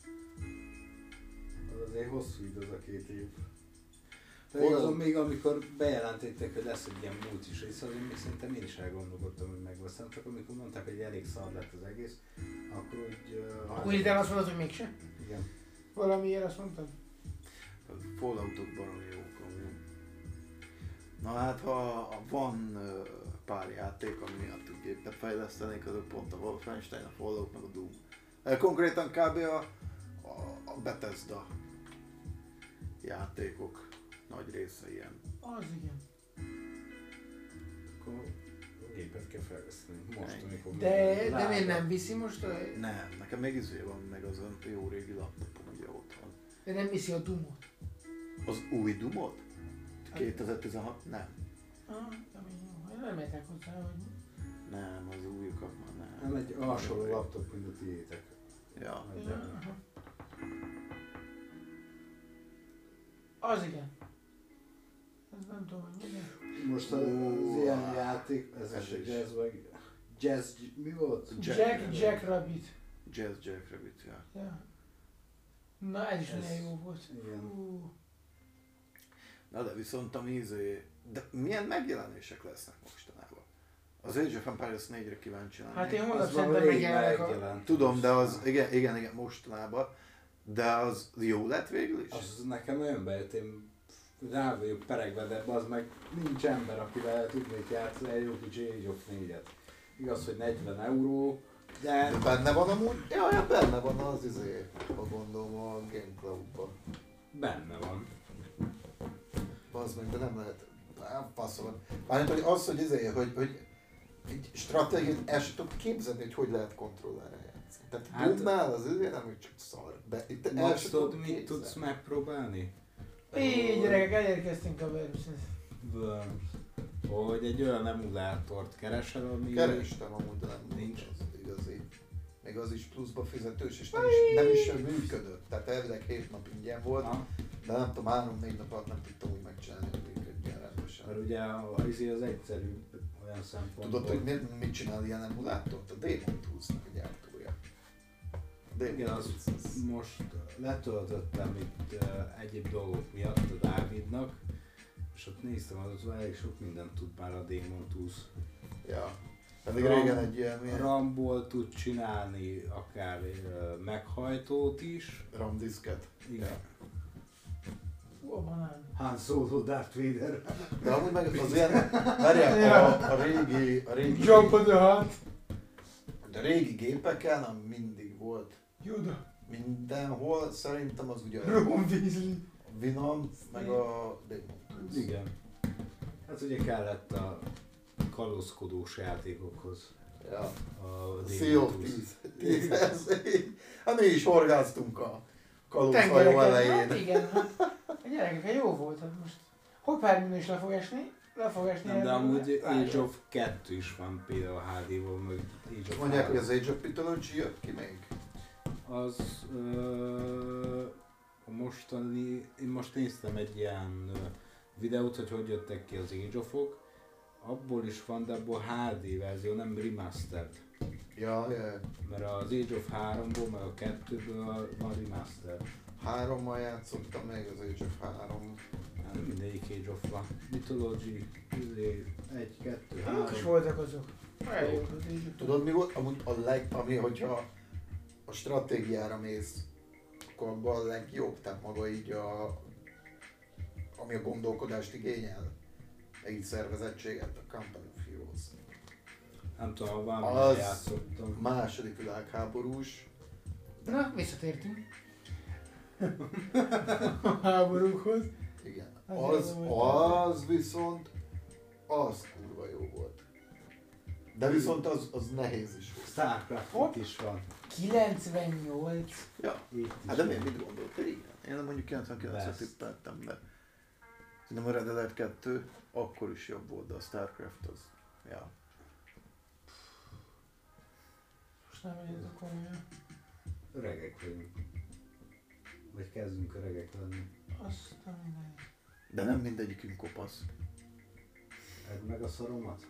[SPEAKER 1] Az azért hosszú idő az a 2 év. De azon még amikor bejelentették, hogy lesz egy ilyen multis rész, azért még szerintem én is elgondolkodtam, hogy megveszem, csak amikor mondták, hogy elég szar lett az egész, akkor úgy...
[SPEAKER 3] Akkor ide azt mondod, hogy mégse?
[SPEAKER 1] Igen.
[SPEAKER 3] Valamiért azt mondtad?
[SPEAKER 2] A Falloutok baromi jók amúgy. Na hát, ha van pár játék, ami miatt úgy gépet fejlesztenék, azok pont a Wolfenstein, a Fallout, meg a Doom. Konkrétan kb. A Bethesda játékok nagy része ilyen.
[SPEAKER 3] Az igen.
[SPEAKER 1] Akkor a gépet kell fejleszteni. Most, amikor...
[SPEAKER 3] De miért nem viszi most?
[SPEAKER 2] Nem, nekem még van meg az a jó régi laptopom ugye otthon.
[SPEAKER 3] De nem viszi a Doomot?
[SPEAKER 2] Az új Doomot? 2016? Nem.
[SPEAKER 3] Nem értek hozzá, hogy...
[SPEAKER 2] Nem, az újukat már nem.
[SPEAKER 1] Nem egy hasonló laptop, mint a tiétek.
[SPEAKER 2] Ja.
[SPEAKER 3] Az igen. Ez nem tudom, hogy igen.
[SPEAKER 1] Most az ilyen játék, ez is egy jazz vagy... Jazz, mi volt?
[SPEAKER 3] Jack Rabbit.
[SPEAKER 2] Jack Rabbit, ja.
[SPEAKER 3] Ja. Na ez is milyen jó volt.
[SPEAKER 1] Igen.
[SPEAKER 2] Na de viszont de milyen megjelenések lesznek mostanában? Az Age of Empires 4-re kíváncsi lennék.
[SPEAKER 3] Hát én holnap
[SPEAKER 1] Az
[SPEAKER 3] szerintem
[SPEAKER 1] valami
[SPEAKER 3] megjelennek
[SPEAKER 1] megjelent.
[SPEAKER 2] Tudom, de az, igen, mostanában. De az jó lett végül is?
[SPEAKER 1] Az nekem nagyon bejött, én rá vagyok peregve, de az meg nincs ember, akivel tudnék játszani egy jó kicsi Age of 4-et. Igaz, hogy 40 euró, de...
[SPEAKER 4] De benne van amúgy? Ja, benne van az ha gondolom a Game Cloud-ban.
[SPEAKER 1] Benne van.
[SPEAKER 4] Bazd meg, de nem lehet. Faszom van. Mármint, hogy az, hogy egy stratégiát el sem tudok képzelni, hogy lehet kontrollerre játszani. Tehát
[SPEAKER 1] Hát-
[SPEAKER 4] Doomnál az nem, hogy csak szar. De itt el
[SPEAKER 1] Max,
[SPEAKER 4] sem
[SPEAKER 1] tudod,
[SPEAKER 4] tudok
[SPEAKER 1] mit
[SPEAKER 4] képzelni.
[SPEAKER 1] tudsz megpróbálni?
[SPEAKER 3] Így gyerekek, elérkeztünk a Wormshez.
[SPEAKER 1] Hogy egy olyan emulátort keresel, ami...
[SPEAKER 4] Kerestem amúgy, de nem
[SPEAKER 1] Nincs.
[SPEAKER 4] volt az igazi. Még az is pluszba fizetős, és nem is működött. Tehát elvileg 7 nap ingyen volt,
[SPEAKER 1] Ha,
[SPEAKER 4] de nem tudom, 3-4 nap alatt nem tudtam úgy megcsinálni, hogy működjön rendesen.
[SPEAKER 1] mert ugye az egyszerű olyan szempontból.
[SPEAKER 4] Tudod, hogy mit csinál ilyen emulátort? A Demon Tools-nak a gyártója.
[SPEAKER 1] Igen, az most letöltöttem itt egyéb dolgok miatt a Dávidnak, és ott néztem, az elég sok mindent tud már a Demon Tools.
[SPEAKER 4] Ja. Pedig régen egy ilyen
[SPEAKER 1] A RAM-ból tud csinálni akár meghajtót is.
[SPEAKER 4] RAM diszket.
[SPEAKER 1] Igen.
[SPEAKER 3] Ó, banán.
[SPEAKER 1] Han Solo, Darth Vader.
[SPEAKER 4] De amúgy meg az ilyen, várjál, a régi,
[SPEAKER 3] Jump on the Hutt.
[SPEAKER 4] de régi gépeken, ami mindig volt
[SPEAKER 3] Yoda.
[SPEAKER 4] mindenhol, szerintem az ugye
[SPEAKER 3] Ron Weasley.
[SPEAKER 4] a Venom, meg a Demon Tools.
[SPEAKER 1] Igen. Hát ugye kellett a kalózkodós játékokhoz
[SPEAKER 4] Ja.
[SPEAKER 1] a
[SPEAKER 4] Sea of
[SPEAKER 1] Tools.
[SPEAKER 4] Thieves. Hát mi is horgáztunk a kalózhajó
[SPEAKER 3] Tengereken. Hát
[SPEAKER 4] elején.
[SPEAKER 3] igen, hát a gyerekek, jó volt. Hát most Hoppermin is le fog esni. Le fog esni.
[SPEAKER 1] Nem, de
[SPEAKER 3] erről.
[SPEAKER 1] amúgy Age of 2 is van például HD-ból, meg Age of
[SPEAKER 4] Mondják, hogy
[SPEAKER 1] 3.
[SPEAKER 4] az Age of Mythology jött ki még?
[SPEAKER 1] Az a mostani, én most néztem egy ilyen videót, hogy jöttek ki az Age of-ok. Abból is van, de abból HD verzió, nem remastered.
[SPEAKER 4] Ja.
[SPEAKER 1] Mert az Age of 3-ból, meg a 2-ből van remastered.
[SPEAKER 4] 3-mal játszottam még az Age of 3.
[SPEAKER 1] Nem mindegyik Age of van. Mythology, 1, 2,
[SPEAKER 3] Jók is
[SPEAKER 1] 3.
[SPEAKER 3] voltak azok. Olyan jók az így.
[SPEAKER 4] Tudod mi volt? Amúgy ami, hogyha a stratégiára mész, akkor abban a legjobb, tehát maga így ami a gondolkodást igényel, egy szervezettséget, a Company of Heroes.
[SPEAKER 1] Nem tudom, valamivel
[SPEAKER 4] Az
[SPEAKER 1] játszottam.
[SPEAKER 4] második világháborús.
[SPEAKER 3] Na, visszatértünk. A háborúkhoz.
[SPEAKER 4] Igen.
[SPEAKER 3] Az
[SPEAKER 4] Az viszont, az kurva jó volt. De viszont az nehéz is volt.
[SPEAKER 1] Starcraft
[SPEAKER 3] Hopp.
[SPEAKER 1] itt is van.
[SPEAKER 3] 98.
[SPEAKER 2] Ja.
[SPEAKER 1] Itt is
[SPEAKER 2] Hát de
[SPEAKER 1] van.
[SPEAKER 2] mit gondolt? Igen. Én mondjuk 99-et
[SPEAKER 1] Best.
[SPEAKER 2] tippeltem, de szerintem a Red Alert 2 akkor is jobb volt, de a Starcraft az, ja.
[SPEAKER 3] Most nem vegyetek komolyan.
[SPEAKER 1] Öregek vagyunk. Vagy kezdünk öregek lenni.
[SPEAKER 3] Azt nem mindegy.
[SPEAKER 2] De nem mindegyikünk kopasz.
[SPEAKER 1] Edd meg a szaromat.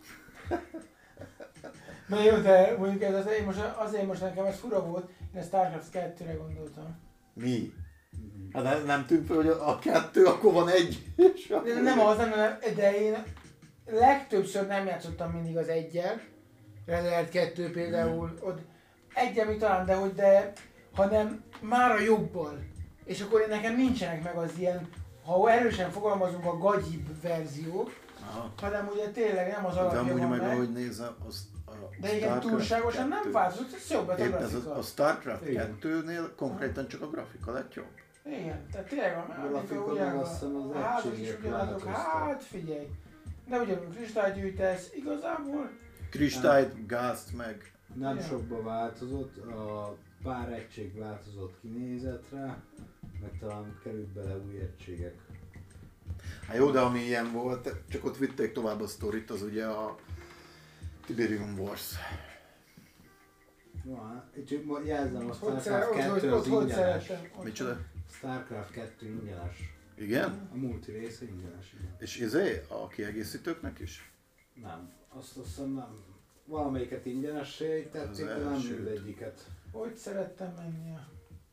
[SPEAKER 3] Na jó, de mondjuk ez azért most nekem ez fura volt, én a Starcraft 2-re gondoltam.
[SPEAKER 2] Mi? Hát nem tűnt fel, hogy a kettő, akkor van egy. És akkor
[SPEAKER 3] Nem az, de én legtöbbször nem játszottam mindig az egyel. Red Alert 2 például, ott egyel még talán, hanem már a jobbal. És akkor nekem nincsenek meg az ilyen, ha erősen fogalmazunk, a gagyibb verziók, hanem ugye tényleg nem az
[SPEAKER 2] de
[SPEAKER 3] alapja
[SPEAKER 2] amúgy
[SPEAKER 3] van
[SPEAKER 2] meg
[SPEAKER 3] meg.
[SPEAKER 2] ahogy nézem,
[SPEAKER 3] De igen, túlságosan nem változott, ez jobb lett a
[SPEAKER 2] Épp ez
[SPEAKER 3] grafika.
[SPEAKER 2] a Starcraft
[SPEAKER 1] Igen.
[SPEAKER 2] 2-nél konkrétan csak a grafika lett jobb.
[SPEAKER 3] Igen, tehát tényleg
[SPEAKER 1] A
[SPEAKER 3] van,
[SPEAKER 1] grafika meg azt hiszem az
[SPEAKER 3] házak is
[SPEAKER 1] egységek
[SPEAKER 3] ugyanazok,
[SPEAKER 1] változtak.
[SPEAKER 3] hát figyelj. De ugyanúgy kristálygyűjtesz, igazából
[SPEAKER 2] Kristályt, gázt meg.
[SPEAKER 1] Nem
[SPEAKER 3] Ja.
[SPEAKER 1] sokba változott, a pár egység változott kinézetre, meg talán került bele új egységek.
[SPEAKER 2] Hát jó, de ami ilyen volt, csak ott vitték tovább a sztorit, az ugye a Tiberium Wars.
[SPEAKER 1] Jó, hát, csak jelzem, a
[SPEAKER 3] Hogy
[SPEAKER 1] Starcraft 2 az
[SPEAKER 3] hogy
[SPEAKER 1] ingyenes.
[SPEAKER 3] szerettem.
[SPEAKER 2] Micsoda?
[SPEAKER 1] Starcraft 2 ingyenes.
[SPEAKER 2] Igen?
[SPEAKER 1] A multi része ingyenes, igen.
[SPEAKER 2] És a kiegészítőknek is?
[SPEAKER 1] Nem, azt hiszem nem. Valamelyiket ingyenessé tették, de nem
[SPEAKER 2] elsőt.
[SPEAKER 1] mindegyiket.
[SPEAKER 3] Hogy szerettem menni a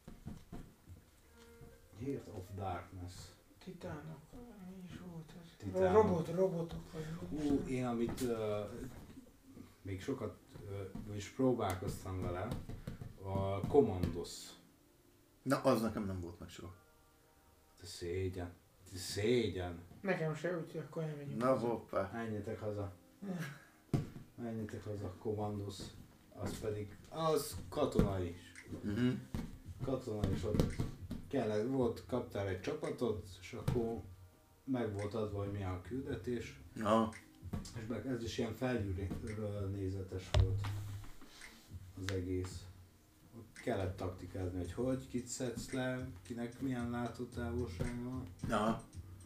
[SPEAKER 1] Heart of Darkness.
[SPEAKER 3] titánok? Mi is volt ez?
[SPEAKER 1] Titánok.
[SPEAKER 3] Robotok vagy mi is.
[SPEAKER 1] Én amit még sokat is próbálkoztam vele, a Commandos.
[SPEAKER 2] Na, az nekem nem volt meg soha.
[SPEAKER 1] Te szégyen. Te szégyen.
[SPEAKER 3] Nekem se, úgyhogy akkor nem megyünk.
[SPEAKER 2] Na hoppá.
[SPEAKER 1] Menjetek haza. Menjetek haza, Commandos. Az pedig, az katona is. Katona is ott kaptál egy csapatot, és akkor meg volt adva, hogy milyen a küldetés.
[SPEAKER 2] Na,
[SPEAKER 1] És ez is ilyen felgyűlről nézetes volt az egész. Ott kellett taktikázni, hogy kit szedsz le, kinek milyen látótávolság van.
[SPEAKER 2] na.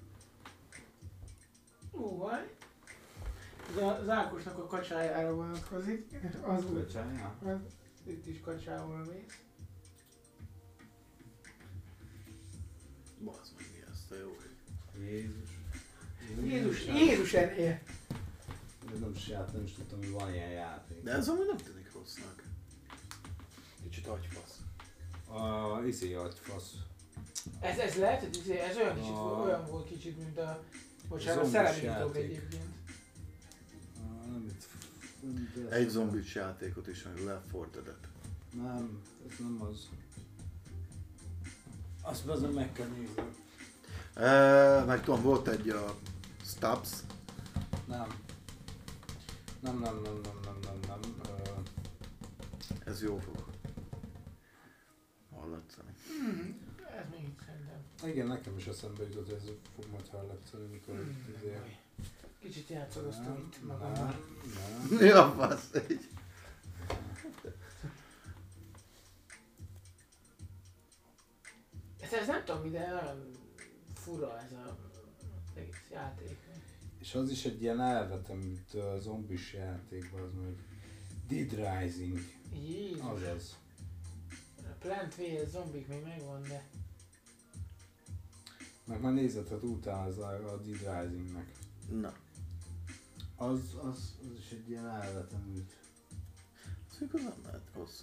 [SPEAKER 3] Vaj. Ez az Ákosnak a kacsájára vonatkozik. Az volt.
[SPEAKER 1] Becsánja?
[SPEAKER 3] Az itt is kacsával mész.
[SPEAKER 2] Bazd meg, mi az, te jó.
[SPEAKER 3] Jézus elér.
[SPEAKER 1] Nem is tudtam, hogy van ilyen játék.
[SPEAKER 2] De ez amúgy nem tűnik rossznak. Kicsit agyfasz.
[SPEAKER 1] Agyfasz.
[SPEAKER 3] Ez lehet, hogy ez olyan kicsit, olyan volt kicsit, mint a... Bocsánat, a
[SPEAKER 1] Zombis
[SPEAKER 3] Szellemi Titok
[SPEAKER 1] játék.
[SPEAKER 3] egyébként.
[SPEAKER 2] Egy zombis játékot is, meg Left 4 Dead-et.
[SPEAKER 1] Nem, ez nem az. Azt bezem meg kell nézni.
[SPEAKER 2] Meg tudom, volt egy a Stubbs.
[SPEAKER 1] Nem. Nem.
[SPEAKER 2] Ez jó fog hallatszani.
[SPEAKER 3] Ez még itt szerintem.
[SPEAKER 1] Igen, nekem is eszembe jutott, hogy ez fog majd hallatszani, mikor
[SPEAKER 3] Vaj. Kicsit játszadoztam itt magammal.
[SPEAKER 1] Nem.
[SPEAKER 2] Mi a fasz?
[SPEAKER 3] Ez nem tudom mi, de nagyon fura ez a egész játék.
[SPEAKER 1] És az is egy ilyen elvetemült zombis játékban, az meg Dead Rising.
[SPEAKER 3] Jézus.
[SPEAKER 1] Azaz.
[SPEAKER 3] A Plant vs. Zombik még megvan, de...
[SPEAKER 1] Meg már nézetet utána a Dead Risingnek.
[SPEAKER 2] Na.
[SPEAKER 1] Az is egy ilyen elvetemült.
[SPEAKER 2] Ez igaz nem lehet rossz.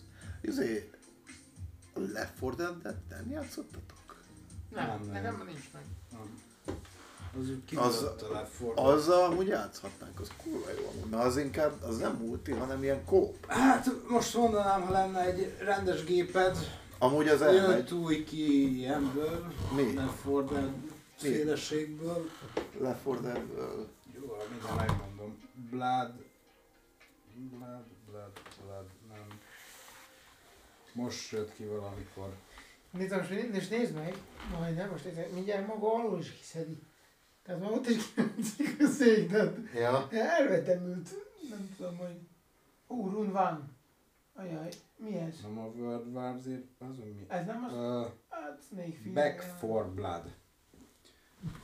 [SPEAKER 2] A Left 4 Dead-et nem játszottatok?
[SPEAKER 3] Nem,
[SPEAKER 1] Nem.
[SPEAKER 3] nekem nincs meg.
[SPEAKER 1] Az úgy kidobott a Left 4 Dead.
[SPEAKER 2] Azzal amúgy játszhatnánk, az kurva jó amúgy. Mert az inkább, az nem multi, hanem ilyen kóp.
[SPEAKER 1] Hát most mondanám, ha lenne egy rendes géped,
[SPEAKER 2] Amúgy az elmegy.
[SPEAKER 1] jött új ki ilyenből,
[SPEAKER 2] Mi?
[SPEAKER 1] Left 4 Dead szélességből.
[SPEAKER 2] Left 4 Dead.
[SPEAKER 1] Jó, mindjárt megmondom. Blood, nem. Most jött ki valamikor.
[SPEAKER 3] Most nézd meg, majdnem, most nézd meg, mindjárt maga alól is kiszedi. Tehát már ott is kimentszik a szék, tehát
[SPEAKER 2] Ja.
[SPEAKER 3] elvetemült, nem tudom, hogy... Run van. Ajaj, mi ez?
[SPEAKER 1] Nem a World War Z, azon mi?
[SPEAKER 3] Ez nem az? Hát Snake Field.
[SPEAKER 1] Back 4 Blood.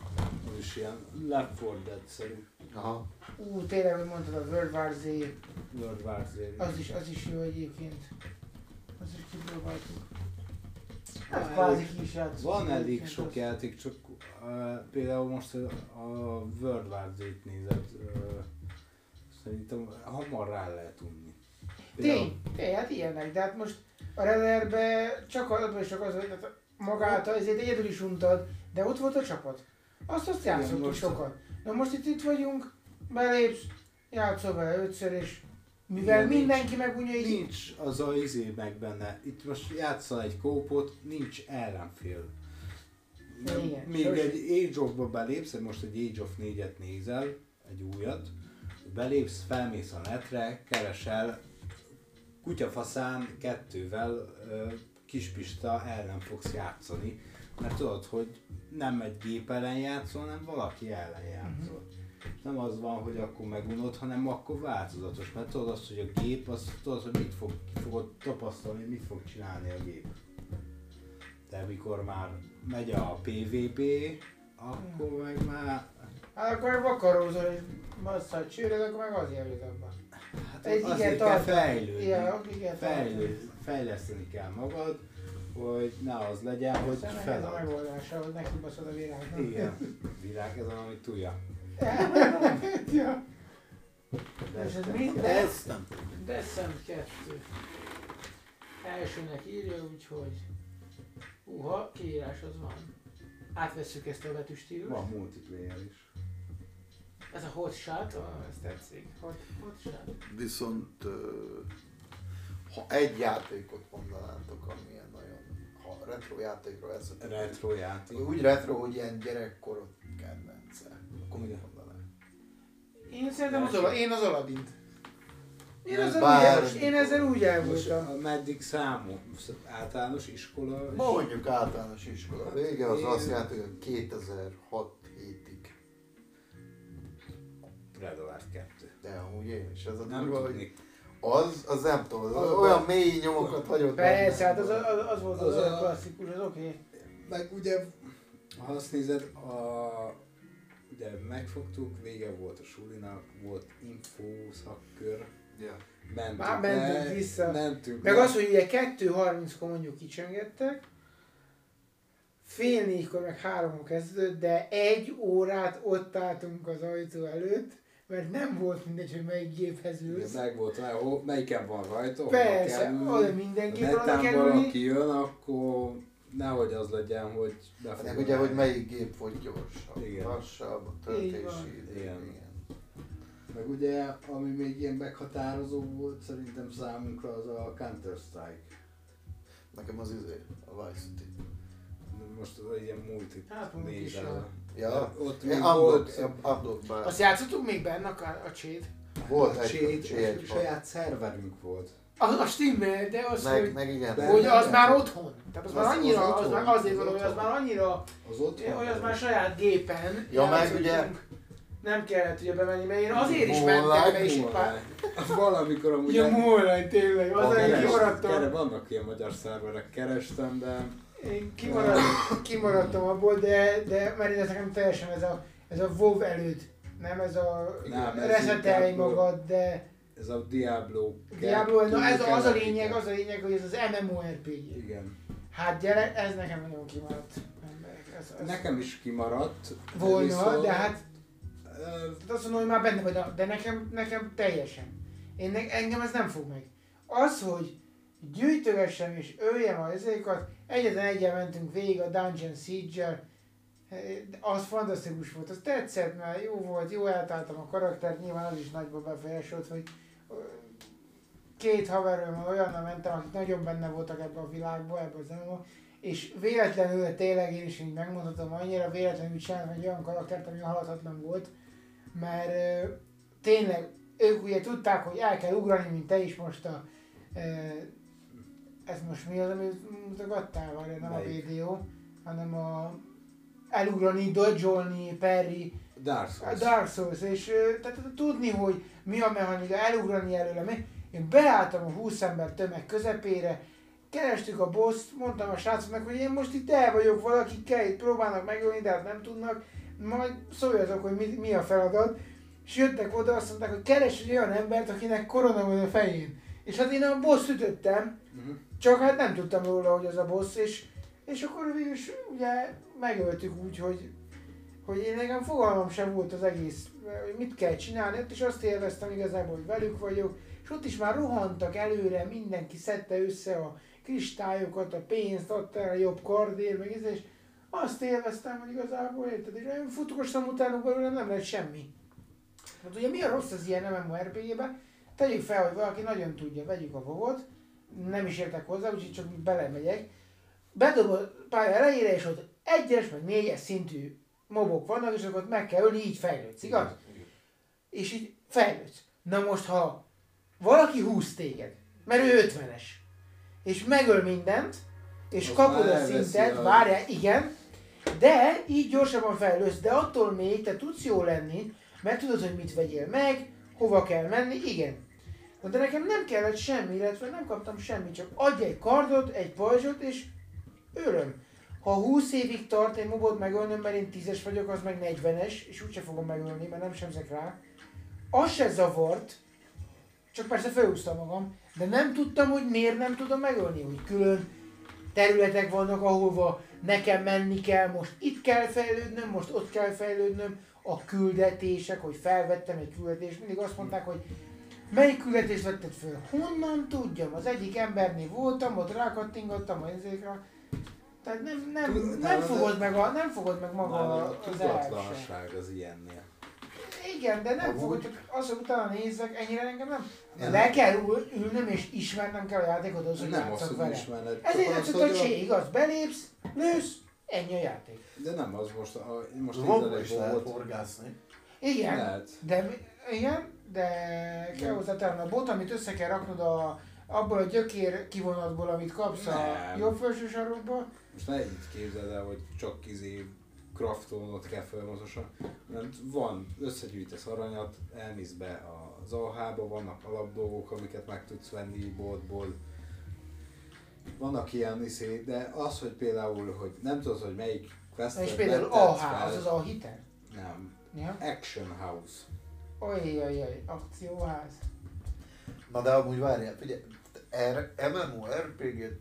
[SPEAKER 1] Az is ilyen Left 4 Dead-szerű.
[SPEAKER 2] Aha.
[SPEAKER 3] Tényleg, hogy mondtad, a World War Z,
[SPEAKER 1] World War Z.
[SPEAKER 3] az is jó egyébként. Az is kipróbáltuk. Hát
[SPEAKER 1] Van
[SPEAKER 3] kvázi
[SPEAKER 1] elég-
[SPEAKER 3] ki is játszottuk
[SPEAKER 1] Van elég
[SPEAKER 3] egyébként
[SPEAKER 1] sok
[SPEAKER 3] azt.
[SPEAKER 1] játék, csak például most a World War Z-t nézed, szerintem hamar rá lehet unni.
[SPEAKER 3] Tény, hát ilyenek, de hát most a Redderbe csak az, hogy hát magát ezért egyedül is untad, de ott volt a csapat. Azt
[SPEAKER 1] Igen,
[SPEAKER 3] játszottuk
[SPEAKER 1] most-
[SPEAKER 3] sokat. Na most itt vagyunk, belépsz, játszol vele 5-ször, és mivel
[SPEAKER 1] Igen,
[SPEAKER 3] mindenki megunja így,
[SPEAKER 1] Nincs az a izé meg benne. Itt most játszol egy kópot, nincs ellenfél.
[SPEAKER 3] Igen,
[SPEAKER 1] Még
[SPEAKER 3] sose.
[SPEAKER 1] egy Age of-ba belépsz, most egy Age of 4-et nézel, egy újat, belépsz, felmész a netre, keresel, kutyafaszán 2-vel kispista ellen fogsz játszani, mert tudod, hogy nem egy gép ellen játszol, hanem valaki ellen játszol. Nem az van, hogy akkor megunod, hanem akkor változatos, mert tudod azt, hogy a gép, azt tudod, hogy mit fogod tapasztalni, mit fog csinálni a gép. De mikor már megy a PvP, akkor meg már...
[SPEAKER 3] hát akkor vakarózol, és basszal csőröd, akkor meg az jelöd abban.
[SPEAKER 1] Hát
[SPEAKER 3] Ez igen,
[SPEAKER 1] azért kell
[SPEAKER 3] tartalom.
[SPEAKER 1] fejlődni.
[SPEAKER 3] Ja, igen,
[SPEAKER 1] Fejleszteni kell magad, hogy ne az legyen, hogy
[SPEAKER 3] ez a
[SPEAKER 1] felad.
[SPEAKER 3] megoldása, hogy neki baszod a virágnak.
[SPEAKER 1] Igen, virág ez valami túlja.
[SPEAKER 3] Ja.
[SPEAKER 1] De
[SPEAKER 3] És ez
[SPEAKER 1] ez
[SPEAKER 3] mind?
[SPEAKER 2] Ez nem.
[SPEAKER 3] Descent 2. Elsőnek írja, úgyhogy... kiírás az van. Átvesszük ezt a betűstílust.
[SPEAKER 1] van multiplayer is.
[SPEAKER 3] Ez a hot shot, ez tetszik. Hot shot.
[SPEAKER 2] Viszont
[SPEAKER 4] Ha egy játékot mondanátok, amilyen nagyon, ha retro játékról veszetek,
[SPEAKER 1] Retro játék.
[SPEAKER 4] úgy retro, hogy ilyen gyerekkorod kedvence, akkor mit
[SPEAKER 1] Igen.
[SPEAKER 4] mondanák?
[SPEAKER 3] Én szerintem én az Aladdint.
[SPEAKER 4] Bár-
[SPEAKER 3] Én ezzel úgy el
[SPEAKER 1] Most
[SPEAKER 3] voltam.
[SPEAKER 1] meddig számú? Általános iskola? és-
[SPEAKER 4] Mondjuk általános iskola vége, az
[SPEAKER 1] Én-
[SPEAKER 4] azt jelenti, hogy 2006 hétig.
[SPEAKER 1] Red Alert 2.
[SPEAKER 4] De amúgy én is, ez a
[SPEAKER 1] Nem
[SPEAKER 4] durva, hogy
[SPEAKER 1] tudni.
[SPEAKER 4] az nem tudom, az
[SPEAKER 1] Az-
[SPEAKER 4] olyan mély nyomokat hagyott
[SPEAKER 3] Persze, hát
[SPEAKER 4] bennem.
[SPEAKER 3] az volt
[SPEAKER 1] Az
[SPEAKER 3] az
[SPEAKER 1] a-
[SPEAKER 3] a klasszikus, az oké.
[SPEAKER 1] Meg ugye, ha azt nézed, ugye megfogtuk, vége volt a sulinak, volt info szakkör,
[SPEAKER 4] Ja.
[SPEAKER 3] Már mentünk vissza.
[SPEAKER 1] Mentünk
[SPEAKER 3] Meg
[SPEAKER 1] le.
[SPEAKER 3] az, hogy ugye 2:30-kor mondjuk kicsöngettek, fél 4-kor meg 3-kor kezdődött, de 1 órát ott álltunk az ajtó előtt, mert nem volt mindegy, hogy melyik géphez
[SPEAKER 1] Ugye
[SPEAKER 3] ülsz.
[SPEAKER 1] meg volt, melyiken van rajta, hova
[SPEAKER 3] Persze,
[SPEAKER 1] kell ülni.
[SPEAKER 3] oda mindenki
[SPEAKER 1] Ha
[SPEAKER 3] oda
[SPEAKER 1] netán
[SPEAKER 3] kell ülni.
[SPEAKER 1] valaki jön, akkor nehogy az legyen, hogy
[SPEAKER 4] Meg
[SPEAKER 1] befogom.
[SPEAKER 4] ugye, hogy melyik gép volt gyorsabb,
[SPEAKER 1] Igen.
[SPEAKER 4] lassabb, a
[SPEAKER 3] Így
[SPEAKER 4] töltési
[SPEAKER 3] van.
[SPEAKER 4] idő.
[SPEAKER 1] Igen.
[SPEAKER 4] Igen.
[SPEAKER 1] Meg ugye, ami még ilyen meghatározó volt szerintem számunkra, az a Counter-Strike.
[SPEAKER 4] Nekem az a Vice City.
[SPEAKER 1] Most ilyen multi
[SPEAKER 3] Hát, multi is
[SPEAKER 1] nézel.
[SPEAKER 3] van.
[SPEAKER 4] Ja,
[SPEAKER 1] Ott
[SPEAKER 4] én
[SPEAKER 1] még volt,
[SPEAKER 4] Updog-ban
[SPEAKER 3] Azt játszottuk még benne a Cséd?
[SPEAKER 4] volt
[SPEAKER 1] egy saját szerverünk volt.
[SPEAKER 3] A stimmel, de az, hogy,
[SPEAKER 4] meg igen.
[SPEAKER 1] De-
[SPEAKER 3] hogy az már otthon. Tehát az már
[SPEAKER 1] Az
[SPEAKER 3] annyira, az
[SPEAKER 1] otthon.
[SPEAKER 3] már azért
[SPEAKER 1] Az
[SPEAKER 3] van, hogy az
[SPEAKER 1] otthon.
[SPEAKER 3] már annyira,
[SPEAKER 1] Az otthon.
[SPEAKER 3] hogy az már saját gépen
[SPEAKER 4] Ja, meg
[SPEAKER 3] játszottunk.
[SPEAKER 4] ugye-
[SPEAKER 3] Nem kellett ugye bemenni, mert én azért is
[SPEAKER 4] Online,
[SPEAKER 3] mentem be, és itt pár...
[SPEAKER 1] Valamikor amúgy...
[SPEAKER 3] Ja, Moonlight tényleg, az én kimaradtam.
[SPEAKER 1] Vannak ilyen magyar szerverek, kerestem, de...
[SPEAKER 3] Én kimaradtam abból, de mert ez nekem teljesen ez a WoW előtt. Nem ez a
[SPEAKER 1] Nem, ez
[SPEAKER 3] reszetelj
[SPEAKER 1] inkább-
[SPEAKER 3] magad, de
[SPEAKER 1] Ez a Diablo...
[SPEAKER 3] Diablo, na ez az a lényeg,
[SPEAKER 1] keletike.
[SPEAKER 3] az a lényeg, hogy ez az MMORPG.
[SPEAKER 1] Igen.
[SPEAKER 3] Hát gyere, ez nekem nagyon kimaradt, emberek. Ez
[SPEAKER 1] Nekem is kimaradt.
[SPEAKER 3] volna,
[SPEAKER 1] viszont-
[SPEAKER 3] de hát
[SPEAKER 1] Ö,
[SPEAKER 3] azt mondom, hogy már benne vagy, de nekem teljesen. Engem ez nem fog meg. Az, hogy gyűjtögessem és öljem a ezékat, egyetlen egyen mentünk végig a Dungeon Siege-el, az fantasztikus volt, az tetszett, mert jó volt, jó eltáltam a karaktert, nyilván az is nagyba befolyásolt, hogy két haverőm olyannal mentem, akik nagyon benne voltak ebben a világban, ebben az MMO, és véletlenül tényleg én is így megmondhatom, annyira véletlenül csináltam egy olyan karaktert, ami halhatatlan volt, mert tényleg ők ugye tudták, hogy el kell ugrani, mint te is most ez most mi az, amit mutogattál, vagy nem
[SPEAKER 1] Melyik?
[SPEAKER 3] a BDO, hanem a elugrani, dodge-olni, parry,
[SPEAKER 1] Dark
[SPEAKER 3] a
[SPEAKER 1] Souls.
[SPEAKER 3] Dark Souls, és tehát tudni, hogy mi a mechanika, elugrani előle. Én beálltam a 20 ember tömeg közepére, kerestük a boss, mondtam a srácoknak, hogy én most itt el vagyok, valakikkel itt próbálnak megölni, de hát nem tudnak, majd szóljatok, hogy mi a feladat. És jöttek oda, azt mondták, hogy keres egy olyan embert, akinek korona van a fején. És hát én a boss ütöttem, csak hát nem tudtam róla, hogy az a boss, és akkor végül is ugye megöltük úgy, hogy én nekem fogalmam sem volt az egész, hogy mit kell csinálni, ott is azt élveztem igazából, hogy velük vagyok, és ott is már rohantak előre, mindenki szedte össze a kristályokat, a pénzt, adta el a jobb kardér, meg ez, és azt élveztem, hogy igazából érted, és olyan futukostam utánuk belőle nem lehet semmi. Hát ugye mi a rossz az ilyen MMORPG-ben? Tegyük fel, hogy valaki nagyon tudja, vegyük a WoW-ot, nem is értek hozzá, úgyhogy csak belemegyek. Bedobod pálya elejére, és ott 1-es meg 4-es szintű mobok vannak, és akkor meg kell ölni, így fejlődsz, igaz? És így fejlődsz. Na most, ha valaki húz téged, mert ő 50-es, és megöl mindent, és
[SPEAKER 1] azt
[SPEAKER 3] kapod a szintet, várjál, igen, de így gyorsabban fejlődsz, de attól még te tudsz jó lenni, mert tudod, hogy mit vegyél meg, hova kell menni, igen. De nekem nem kellett semmi, illetve nem kaptam semmit, csak adj egy kardot, egy pajzsot, és ölöm. Ha 20 évig tart egy mobot megölnöm, mert én 10-es vagyok, az meg 40-es, és úgyse fogom megölni, mert nem semzek rá. Az se zavart, csak persze felhúztam magam, de nem tudtam, hogy miért nem tudom megölni, hogy külön területek vannak, ahova nekem menni kell, most itt kell fejlődnöm, most ott kell fejlődnöm, a küldetések, hogy felvettem egy küldetést, mindig azt mondták, hogy melyik küldetést vetted föl? Honnan tudjam? Az egyik embernél voltam, ott rákattingattam a ezékre. Tehát nem fogod meg maga
[SPEAKER 1] a
[SPEAKER 3] az
[SPEAKER 1] tudatlanság az ilyennél.
[SPEAKER 3] Igen, de nem fogod, csak az, hogy utána nézzek, ennyire engem nem. Le kell ülnöm és ismernem kell a játékot, az, hogy játszok vele. Ezért nem tudod, hogy igaz, belépsz, lősz, ennyi a játék.
[SPEAKER 1] De nem, az most
[SPEAKER 2] is lehet horgászni.
[SPEAKER 3] Igen,
[SPEAKER 1] lehet.
[SPEAKER 3] de kell hozzátenni a bot, amit össze kell raknod abból a gyökér kivonatból, amit kapsz a jobb felső sarokból.
[SPEAKER 1] Most ne így képzeld el, hogy csak craftolnod kell folyamatosan, mert van, összegyűjtesz aranyat, elmész be az AH-ba, vannak alapdolgok, amiket meg tudsz venni boltból. Vannak ilyen de az, hogy például, hogy nem tudod, hogy melyik questet
[SPEAKER 3] és például AH, az az A-hitel?
[SPEAKER 1] Nem.
[SPEAKER 3] Ja?
[SPEAKER 1] Action House.
[SPEAKER 3] Ojjjjjjj, akcióház.
[SPEAKER 4] Na de amúgy várjál, ugye MMORPG-t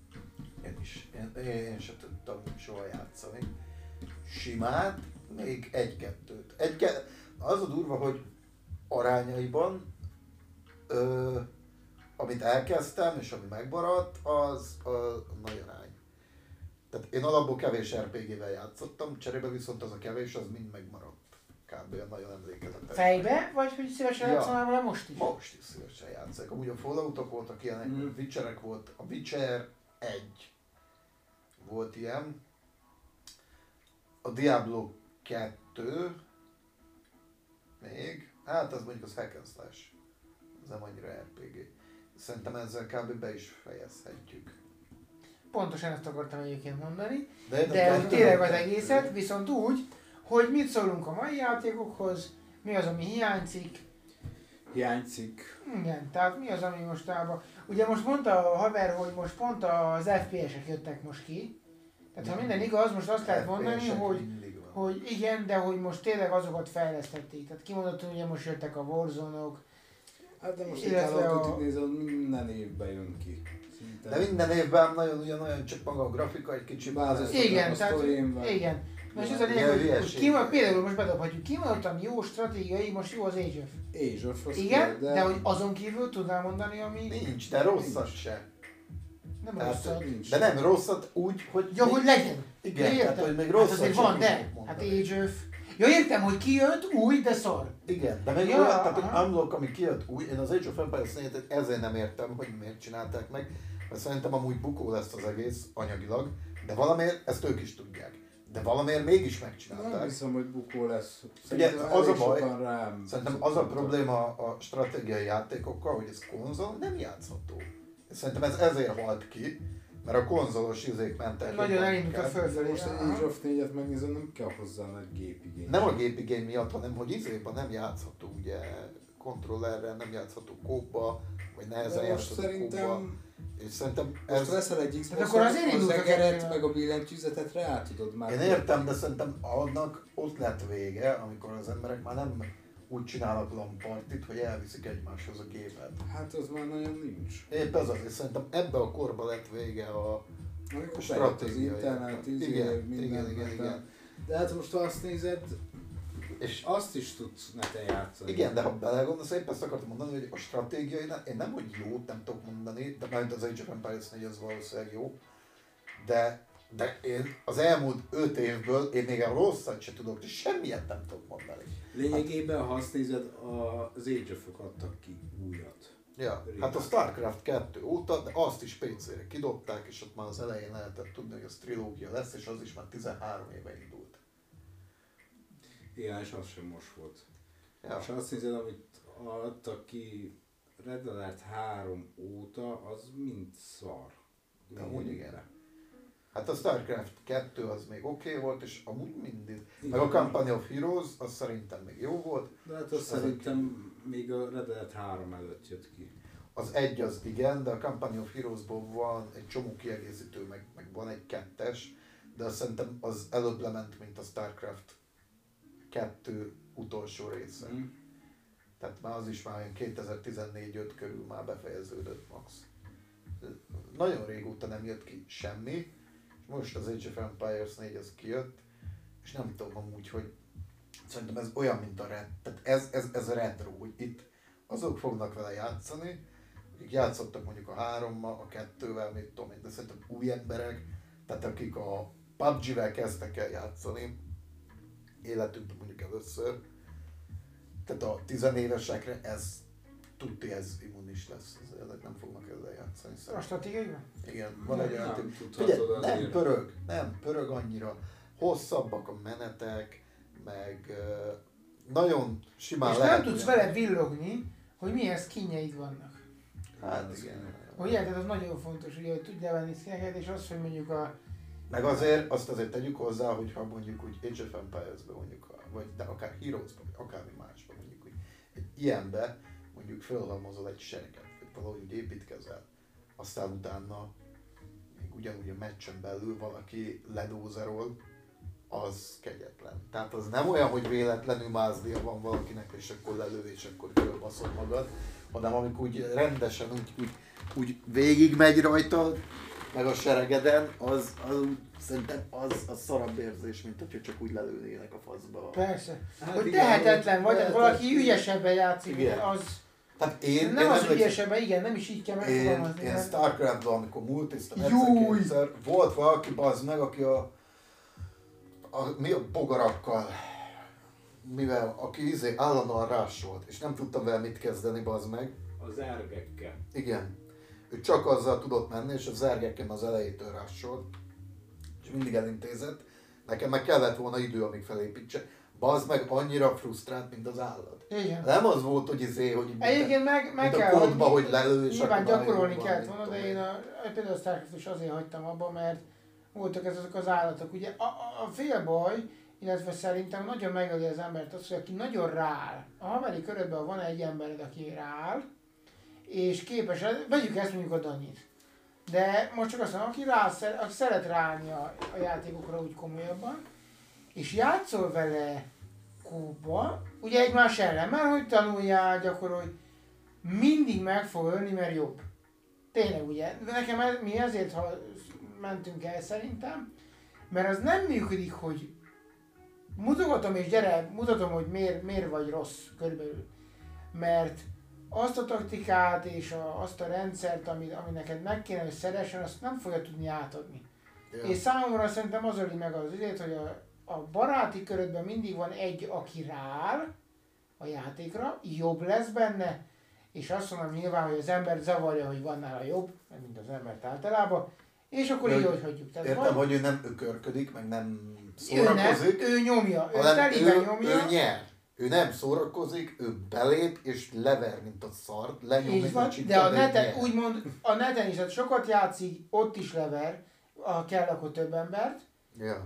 [SPEAKER 4] én sem tudtam soha játszani. Simát, még egy-kettőt. Az a durva, hogy arányaiban, amit elkezdtem és ami megmaradt, az a nagy arány. Tehát én alapból kevés RPG-vel játszottam, cserébe viszont az a kevés, az mind megmaradt. Kb. Nagyon emlékezetes.
[SPEAKER 3] Fejbe? Vagy hogy szívesen játszol vele most is?
[SPEAKER 4] Most is szívesen játszok. Amúgy a Falloutok voltak ilyenek, Witcherek volt. A Witcher 1 volt ilyen. A Diablo 2 még. Hát az mondjuk az hack and slash. Ez nem annyira RPG. Szerintem ezzel kb. Be is fejezhetjük.
[SPEAKER 3] Pontosan ezt akartam egyébként mondani.
[SPEAKER 4] De
[SPEAKER 3] hogy tényleg az egészet, viszont úgy, hogy mit szólunk a mai játékokhoz, mi az, ami hiányzik. Igen, tehát mi az, ami mostában... Ugye most mondta a haver, hogy most pont az FPS-ek jöttek most ki. Tehát ha minden igaz, most azt lehet mondani, hogy igen, de hogy most tényleg azokat fejlesztették. Tehát kimondottan ugye most jöttek a Warzone-ok.
[SPEAKER 1] Hát de most illetve nézem, minden évben jön ki. Szinte.
[SPEAKER 4] De minden évben nagyon ugyanolyan, csak maga a grafika egy kicsit
[SPEAKER 1] változik.
[SPEAKER 3] Igen, tehát igen. Most ez a lényeg, hogy például most bedobhatjuk, kimondottan jó stratégiai, most jó az Age of. Igen, de hogy azon kívül tudnál mondani, ami...
[SPEAKER 4] Nincs, de rosszat se.
[SPEAKER 3] Nem rosszat.
[SPEAKER 4] De nem rosszat úgy, hogy...
[SPEAKER 3] Ja, hogy legyen.
[SPEAKER 4] Igen, tehát hogy még rosszat
[SPEAKER 3] hát van, de. Hát Age of. Ja, értem, hogy kijött új, de szar.
[SPEAKER 4] Igen, de még olyan, tehát hogy Unlock, ami kijött új, én az Age of Empires 4-et ezért nem értem, hogy miért csinálták meg, mert szerintem amúgy bukó lesz az egész anyagilag, de valamiért ezt ők is tudják. De valamiért mégis megcsinálták.
[SPEAKER 1] Nem hiszem, hogy bukó lesz.
[SPEAKER 4] Ugye az a baj, szerintem az a probléma a stratégiai játékokkal, hogy ez konzol nem játszható. Szerintem ez ezért halt ki, mert a konzolos izék mentek.
[SPEAKER 3] Nagyon elindult a fölfelé.
[SPEAKER 1] Most egy Age of 4-et megnézem, nem kell hozzá egy gépigény.
[SPEAKER 4] Nem a gépigény miatt, hanem hogy izében nem játszható, ugye kontrollerrel nem játszható kóba, vagy nehezen játszható
[SPEAKER 1] szerintem...
[SPEAKER 4] kóba. És szerintem
[SPEAKER 1] Most veszel egy Xbox-ot,
[SPEAKER 3] akkor azért
[SPEAKER 1] az
[SPEAKER 3] indult a
[SPEAKER 1] egeret,
[SPEAKER 3] kettő.
[SPEAKER 1] meg a billentyűzetet rá tudod már.
[SPEAKER 4] én értem, de szerintem annak ott lett vége, amikor az emberek már nem úgy csinálnak lampartit, hogy elviszik egymáshoz a gépet.
[SPEAKER 1] Hát az már nagyon nincs.
[SPEAKER 4] Épp ez az, és szerintem ebbe a korba lett vége a
[SPEAKER 1] Amikor
[SPEAKER 4] stratégiai.
[SPEAKER 1] bejött az internet,
[SPEAKER 4] Igen.
[SPEAKER 1] De hát most ha azt nézed,
[SPEAKER 4] És
[SPEAKER 1] azt is tudsz neten játszani.
[SPEAKER 4] igen, de ha belegondolsz, épp ezt akartam mondani, hogy a stratégiai, én nem hogy jót nem tudok mondani, de mert az Age of Empires 4 az valószínűleg jó, de én az elmúlt 5 évből én még a rosszat se tudok, és semmiet nem tudok mondani.
[SPEAKER 1] Lényegében, ha azt nézed, az Age of-ok adtak ki újat.
[SPEAKER 4] Ja, hát a Starcraft 2 óta, de azt is PC-re kidobták, és ott már az elején lehetett tudni, hogy az trilógia lesz, és az is már 13 éve indult.
[SPEAKER 1] Igen, és az sem most volt.
[SPEAKER 4] Ja.
[SPEAKER 1] És azt nézed, amit adtak ki Red Alert 3 óta, az mind szar.
[SPEAKER 4] De amúgy igen. Hát a Starcraft 2 az még oké volt, és amúgy mindig. Meg a Company of Heroes, az szerintem még jó volt.
[SPEAKER 1] De hát azt szerintem még a Red Alert 3 előtt jött ki.
[SPEAKER 4] Az egy az igen, de a Company of Heroes-ból van egy csomó kiegészítő, meg van egy 2-es, de azt szerintem az előbb lement, mint a Starcraft 2 utolsó része. Tehát már az is már olyan 2014-5 körül már befejeződött max. Nagyon régóta nem jött ki semmi, és most az Age of Empires 4 az kijött, és nem tudom amúgy, hogy szerintem ez olyan, mint a tehát ez retro, hogy itt azok fognak vele játszani, akik játszottak mondjuk a 3-mal, a 2-vel, mit tudom én, de szerintem új emberek, tehát akik a PUBG-vel kezdtek el játszani, életükben mondjuk először, tehát a 10 évesekre tuti ez immunis lesz, ezek nem fognak ezzel játszani.
[SPEAKER 3] A stratégiaiban?
[SPEAKER 4] Igen, van egy olyan
[SPEAKER 1] Nem
[SPEAKER 4] Figyelj,
[SPEAKER 1] tudhatod
[SPEAKER 4] nem pörög annyira, hosszabbak a menetek, meg nagyon simán
[SPEAKER 3] és
[SPEAKER 4] lehet.
[SPEAKER 3] nem tudsz vele villogni, hogy milyen skinjeid vannak.
[SPEAKER 4] Hát igen.
[SPEAKER 3] Ugye, tehát az nagyon fontos, ugye, hogy tudj levenni skineket, és az, hogy mondjuk
[SPEAKER 4] Meg azért, azt azért tegyük hozzá, hogy ha mondjuk úgy Age of Empires-ben mondjuk, vagy de akár Heroes-ban, vagy akármi másban mondjuk úgy, egy ilyenbe mondjuk fölhalmozol egy sereget, vagy valahogy úgy építkezel, aztán utána még ugyanúgy a meccsen belül valaki ledózerol, az kegyetlen. Tehát az nem olyan, hogy véletlenül mázlia van valakinek, és akkor lelő, és akkor fölbaszod magad, hanem amikor úgy rendesen úgy végig megy rajta, meg a seregeden, az szerintem az szarabb érzés, mint hogyha csak úgy lelőnének a faszba.
[SPEAKER 3] persze,
[SPEAKER 1] Hát
[SPEAKER 3] hogy
[SPEAKER 1] igen,
[SPEAKER 3] tehetetlen vagy, tehát valaki
[SPEAKER 1] tehetetlen.
[SPEAKER 3] ügyesebben játszik,
[SPEAKER 4] Igen.
[SPEAKER 3] az
[SPEAKER 4] Tehát
[SPEAKER 3] nem az ügyesebben, igen, nem is így kell megfogalmazni.
[SPEAKER 4] én
[SPEAKER 3] mert-
[SPEAKER 4] Starcraftban, amikor multiztam
[SPEAKER 3] Júj!
[SPEAKER 4] egyszer-kétszer, volt valaki bazd meg, aki mi a bogarakkal, aki állandóan rásolt, és nem tudtam vele mit kezdeni, bazd meg.
[SPEAKER 1] Az ergekkel.
[SPEAKER 4] Igen. Ő csak azzal tudott menni, és a zergeken az elejétől rásolt, és mindig elintézett. Nekem meg kellett volna idő, amíg felépítse. Bazd meg annyira frusztrált, mint az állat.
[SPEAKER 3] Igen.
[SPEAKER 4] Nem az volt, hogy hogy
[SPEAKER 3] Egyébként meg
[SPEAKER 4] mint
[SPEAKER 3] kell,
[SPEAKER 4] a kodba, hogy lelő, és
[SPEAKER 3] nyilván
[SPEAKER 4] akkor már
[SPEAKER 3] gyakorolni
[SPEAKER 4] jó van,
[SPEAKER 3] kellett
[SPEAKER 4] mit
[SPEAKER 3] volna,
[SPEAKER 4] tudom
[SPEAKER 3] de én például a Starcraft is azért hagytam abba, mert voltak azok az állatok. Ugye a fél baj, illetve szerintem nagyon megöli az embert az, hogy aki nagyon rááll. A haveri körödben van egy embered, aki rááll, és képes, vegyük ezt mondjuk a Danyit. De most csak azt mondom, aki szeret ráállni a játékokra úgy komolyabban, és játszol vele kóba, ugye egymás ellen, mert hogy tanuljál, gyakorolj, mindig meg fog ölni, mert jobb. Tényleg ugye, nekem mi ezért mentünk el szerintem, mert az nem működik, hogy mutogatom és gyere, mutatom, hogy miért vagy rossz körülbelül. Mert azt a taktikát és azt a rendszert, ami neked meg kéne, hogy szeressen, azt nem fogja tudni átadni.
[SPEAKER 4] Ja.
[SPEAKER 3] És számomra szerintem az öli meg az ügyét, hogy a baráti körödben mindig van egy, aki rááll a játékra, jobb lesz benne, és azt mondom nyilván, hogy az ember zavarja, hogy van nála jobb, mint az embert általában, és akkor így, hogy hagyjuk. Tehát
[SPEAKER 4] értem,
[SPEAKER 3] vagy,
[SPEAKER 4] hogy ő nem ökörködik, meg nem
[SPEAKER 3] ő nem,
[SPEAKER 4] szórakozik,
[SPEAKER 3] ő nyomja, ő
[SPEAKER 4] hanem
[SPEAKER 3] teliben nyomja.
[SPEAKER 4] ő nyer. Ő nem szórakozik, ő belép és lever, mint a szart, lenyom,
[SPEAKER 3] Így
[SPEAKER 4] mint
[SPEAKER 3] van,
[SPEAKER 4] a csipka,
[SPEAKER 3] de a
[SPEAKER 4] ő
[SPEAKER 3] neten,
[SPEAKER 4] nyer.
[SPEAKER 3] úgymond a neten is, hát sokat játszik, ott is lever, kell akkor több embert,
[SPEAKER 4] Ja.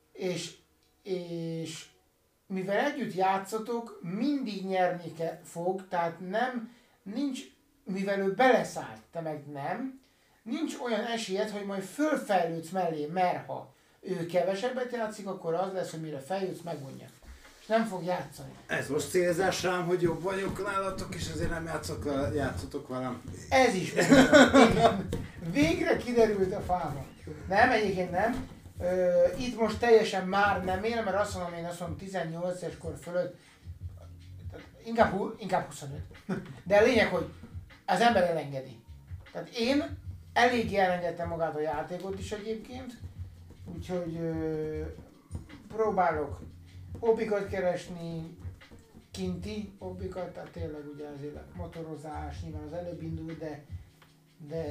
[SPEAKER 3] és mivel együtt játszotok, mindig nyerni fog, tehát nincs, mivel ő beleszállt, te meg nem, nincs olyan esélyed, hogy majd fölfejlődsz mellé, mert ha ő kevesebbet játszik, akkor az lesz, hogy mire feljutsz, megmondja. És nem fog játszani.
[SPEAKER 1] Ez most célzás rám, hogy jobb vagyok nálatok, és ezért nem játszotok velem.
[SPEAKER 3] Ez is igen. Végre kiderült a fáma. Nem, egyébként nem. Itt most teljesen már nem ér, mert azt mondom 18 es kor fölött, inkább 25. De a lényeg, hogy az ember elengedi. Tehát én eléggé elengedtem magát a játékot is egyébként, úgyhogy próbálok hobbikat keresni, kinti hobbikat, tehát tényleg ugye azért motorozás, nyilván az előbb indult, de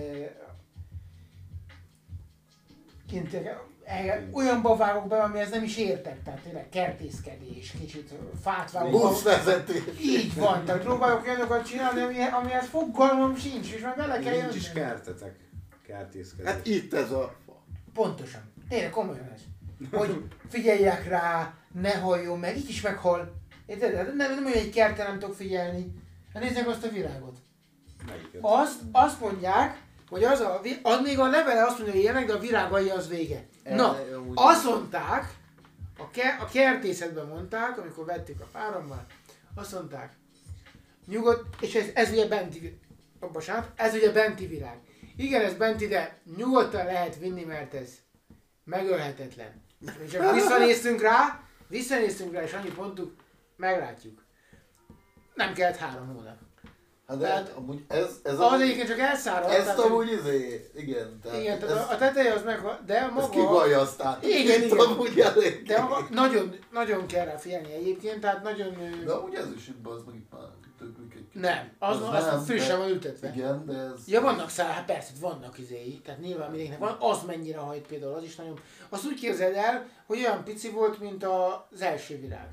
[SPEAKER 3] kint olyanba vágok be, amihez nem is értek, tehát tényleg kertészkedés, kicsit fát vágok.
[SPEAKER 4] Buszvezetés.
[SPEAKER 3] Így van, tehát próbálok olyanokat csinálni, amihez fogalmam sincs, és meg vele kell jönni.
[SPEAKER 1] Nincs is kertetek, kertészkedés.
[SPEAKER 4] Hát itt ez a...
[SPEAKER 3] Pontosan. Tényleg komolyan ez. Hogy figyeljek rá, ne halljon meg, itt is meghal. Érted? Nem olyan egy kertre nem tudok figyelni. Hát nézzek azt a virágot.
[SPEAKER 1] Melyiket?
[SPEAKER 3] Azt mondják, hogy az még a levele azt mondja, hogy ilyenek, de a virágai az vége. Na, azt mondták, a kertészetben mondták, amikor vettük a párommal, azt mondták, nyugodt, és ez ugye benti, bocsánat, ez ugye benti virág. Igen, ez benti, de nyugodtan lehet vinni, mert ez megölhetetlen. És csak visszanéztünk rá, és annyit mondtuk, meglátjuk. Nem kellett 3 hónap.
[SPEAKER 4] Hát de amúgy ez
[SPEAKER 3] az egyébként csak elszáradt.
[SPEAKER 4] Ezt amúgy igen.
[SPEAKER 3] Igen, tehát a teteje az meg, de maga...
[SPEAKER 4] Ez kivallja aztán.
[SPEAKER 3] Igen.
[SPEAKER 4] Amúgy elég.
[SPEAKER 3] De nagyon kell rá figyelni egyébként, tehát nagyon...
[SPEAKER 4] De amúgy ez is itt az meg itt már többük egy...
[SPEAKER 3] Nem, az frissen van ültetve.
[SPEAKER 4] Igen, de ez...
[SPEAKER 3] Ja, vannak hát persze, vannak izéi, tehát nyilván mindenkinek van, az mennyire hajt például, az is nagyon... Azt úgy képzeld el, hogy olyan pici volt, mint az első virág.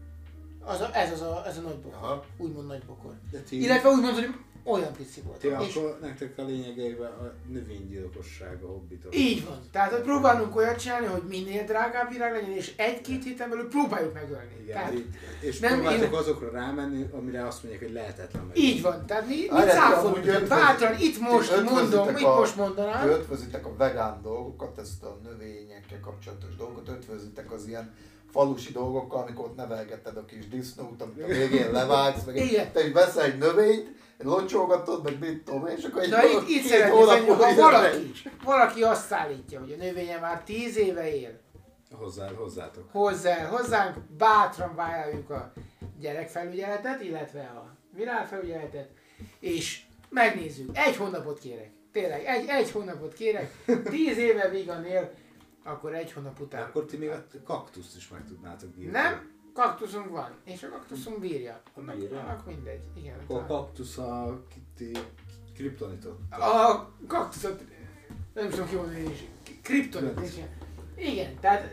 [SPEAKER 3] Ez a nagy bokor,
[SPEAKER 4] Aha.
[SPEAKER 3] úgymond nagy bokor.
[SPEAKER 1] Ti,
[SPEAKER 3] Illetve úgymond, hogy olyan pici volt.
[SPEAKER 1] ti
[SPEAKER 3] És
[SPEAKER 1] akkor nektek a lényegében a növénygyilkosság a hobbitok.
[SPEAKER 3] így van. Tehát hogy próbálunk olyat csinálni, hogy minél drágább virág legyen, és 1-2 héten belül próbáljuk megölni.
[SPEAKER 1] Igen,
[SPEAKER 3] Tehát,
[SPEAKER 1] és
[SPEAKER 3] nem,
[SPEAKER 1] próbáltok azokra rámenni, amire azt mondják, hogy lehetetlen meg.
[SPEAKER 3] így van. Tehát mi
[SPEAKER 4] Várjátok,
[SPEAKER 3] cáfolunk,
[SPEAKER 4] amúgy
[SPEAKER 3] bátran itt most mondanám.
[SPEAKER 4] Ti ötvözitek a vegán dolgokat, ezt a növényekkel kapcsolatos dolgokat, ötvözitek az ilyen falusi dolgokkal, amikor ott nevelgeted a kis disznót, amit a végén levágsz, meg te is veszel egy növényt, locsolgatod, meg mit tudom én, és akkor egy
[SPEAKER 3] itt szeretném, ha valaki azt állítja, hogy a növénye már 10 éve él.
[SPEAKER 1] Hozzátok.
[SPEAKER 3] Hozzánk bátran vállaljuk a gyerekfelügyeletet, illetve a virágfelügyeletet, és megnézzük. 1 hónapot kérek. Tényleg, egy hónapot kérek. 10 éve vegan él, akkor 1 hónap után.
[SPEAKER 1] Akkor ti még a kaktuszt is meg tudnátok írni.
[SPEAKER 3] Nem, kaktuszunk van, és a kaktuszunk bírja.
[SPEAKER 1] Bírja?
[SPEAKER 3] Annak mindegy, igen.
[SPEAKER 1] Akkor a kaktusz a kriptonitot.
[SPEAKER 3] A kaktuszot, nem tudom ki mondani is, kriptonit. Igen, tehát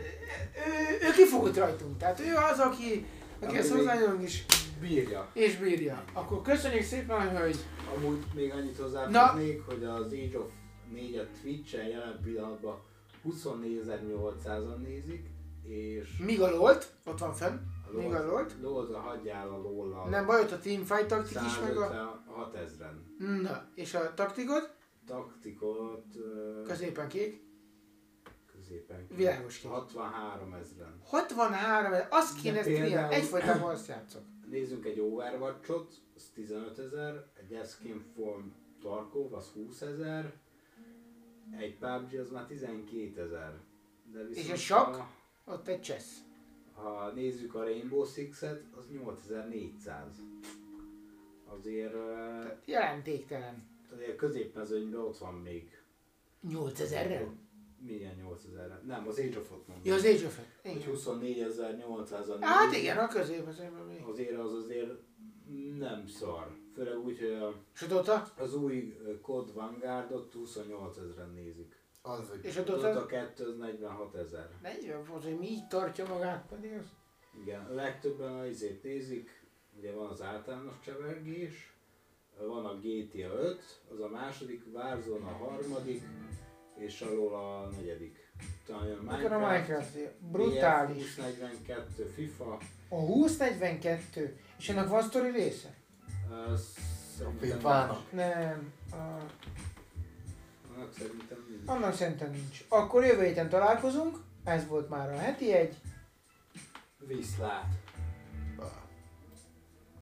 [SPEAKER 3] ő kifogott rajtunk, tehát ő az, aki ezt hozzányolunk is
[SPEAKER 1] Bírja.
[SPEAKER 3] és bírja. Akkor köszönjük szépen, hogy...
[SPEAKER 1] Amúgy még annyit hozzáfűznék, hogy az Age of 4-et Twitch-en jelen pillanatban 24.800-an nézik, és...
[SPEAKER 3] Míg a LOL-t, ott van fenn, míg a LOL-t.
[SPEAKER 1] LOL-ra hagyjál a LOL-al.
[SPEAKER 3] Nem baj, ott a teamfight taktik is meg a...
[SPEAKER 1] 156 000.
[SPEAKER 3] Na, és a taktikot?
[SPEAKER 1] Taktikot...
[SPEAKER 3] Középen kék.
[SPEAKER 1] Középen kék.
[SPEAKER 3] Világos kék.
[SPEAKER 1] 63 000.
[SPEAKER 3] 63 000, azt kéne ezt írni, egyfolytában azt játszok.
[SPEAKER 1] Nézzünk egy Overwatch-ot, az 15 000, egy Escape from Tarkov, az 20 000, egy PUBG az már 12 000. De
[SPEAKER 3] és a sakk? Ott egy chess.
[SPEAKER 1] Ha nézzük a Rainbow Six-et, az 8400. Azért...
[SPEAKER 3] Jelentéktelen.
[SPEAKER 1] Azért középmezőnyben ott van még.
[SPEAKER 3] 8000-rel?
[SPEAKER 1] Milyen 8000-rel? Nem, az Age of-ot mondom.
[SPEAKER 3] Ja, az Age of-et.
[SPEAKER 1] Hogy 24.800-an.
[SPEAKER 3] Hát igen, a középmezőnyben még.
[SPEAKER 1] Azért az azért nem szar. Főleg úgy, hogy
[SPEAKER 3] És a Dota?
[SPEAKER 1] az új COD Vanguardot 28 000-en nézik.
[SPEAKER 4] Az, hogy...
[SPEAKER 3] És a
[SPEAKER 1] Dota
[SPEAKER 3] Dota?
[SPEAKER 1] 2 az 46 000.
[SPEAKER 3] 40 volt, hogy mi így tartja magát pedig az?
[SPEAKER 1] Igen, a legtöbben a izét nézik, ugye van az általános csevergés, van a GTA 5, az a második, Warzone a harmadik, és a LoL a negyedik. Talán
[SPEAKER 3] Akkor a Minecraft, brutális.
[SPEAKER 1] 2042, FIFA.
[SPEAKER 3] A 2042, és ennek van sztori része?
[SPEAKER 1] Szerintem
[SPEAKER 4] FIFA-nak.
[SPEAKER 3] Nem.
[SPEAKER 1] Annak szerintem nincs.
[SPEAKER 3] Annak szerintem nincs. Akkor jövő héten találkozunk, ez volt már a heti egy.
[SPEAKER 1] Viszlát.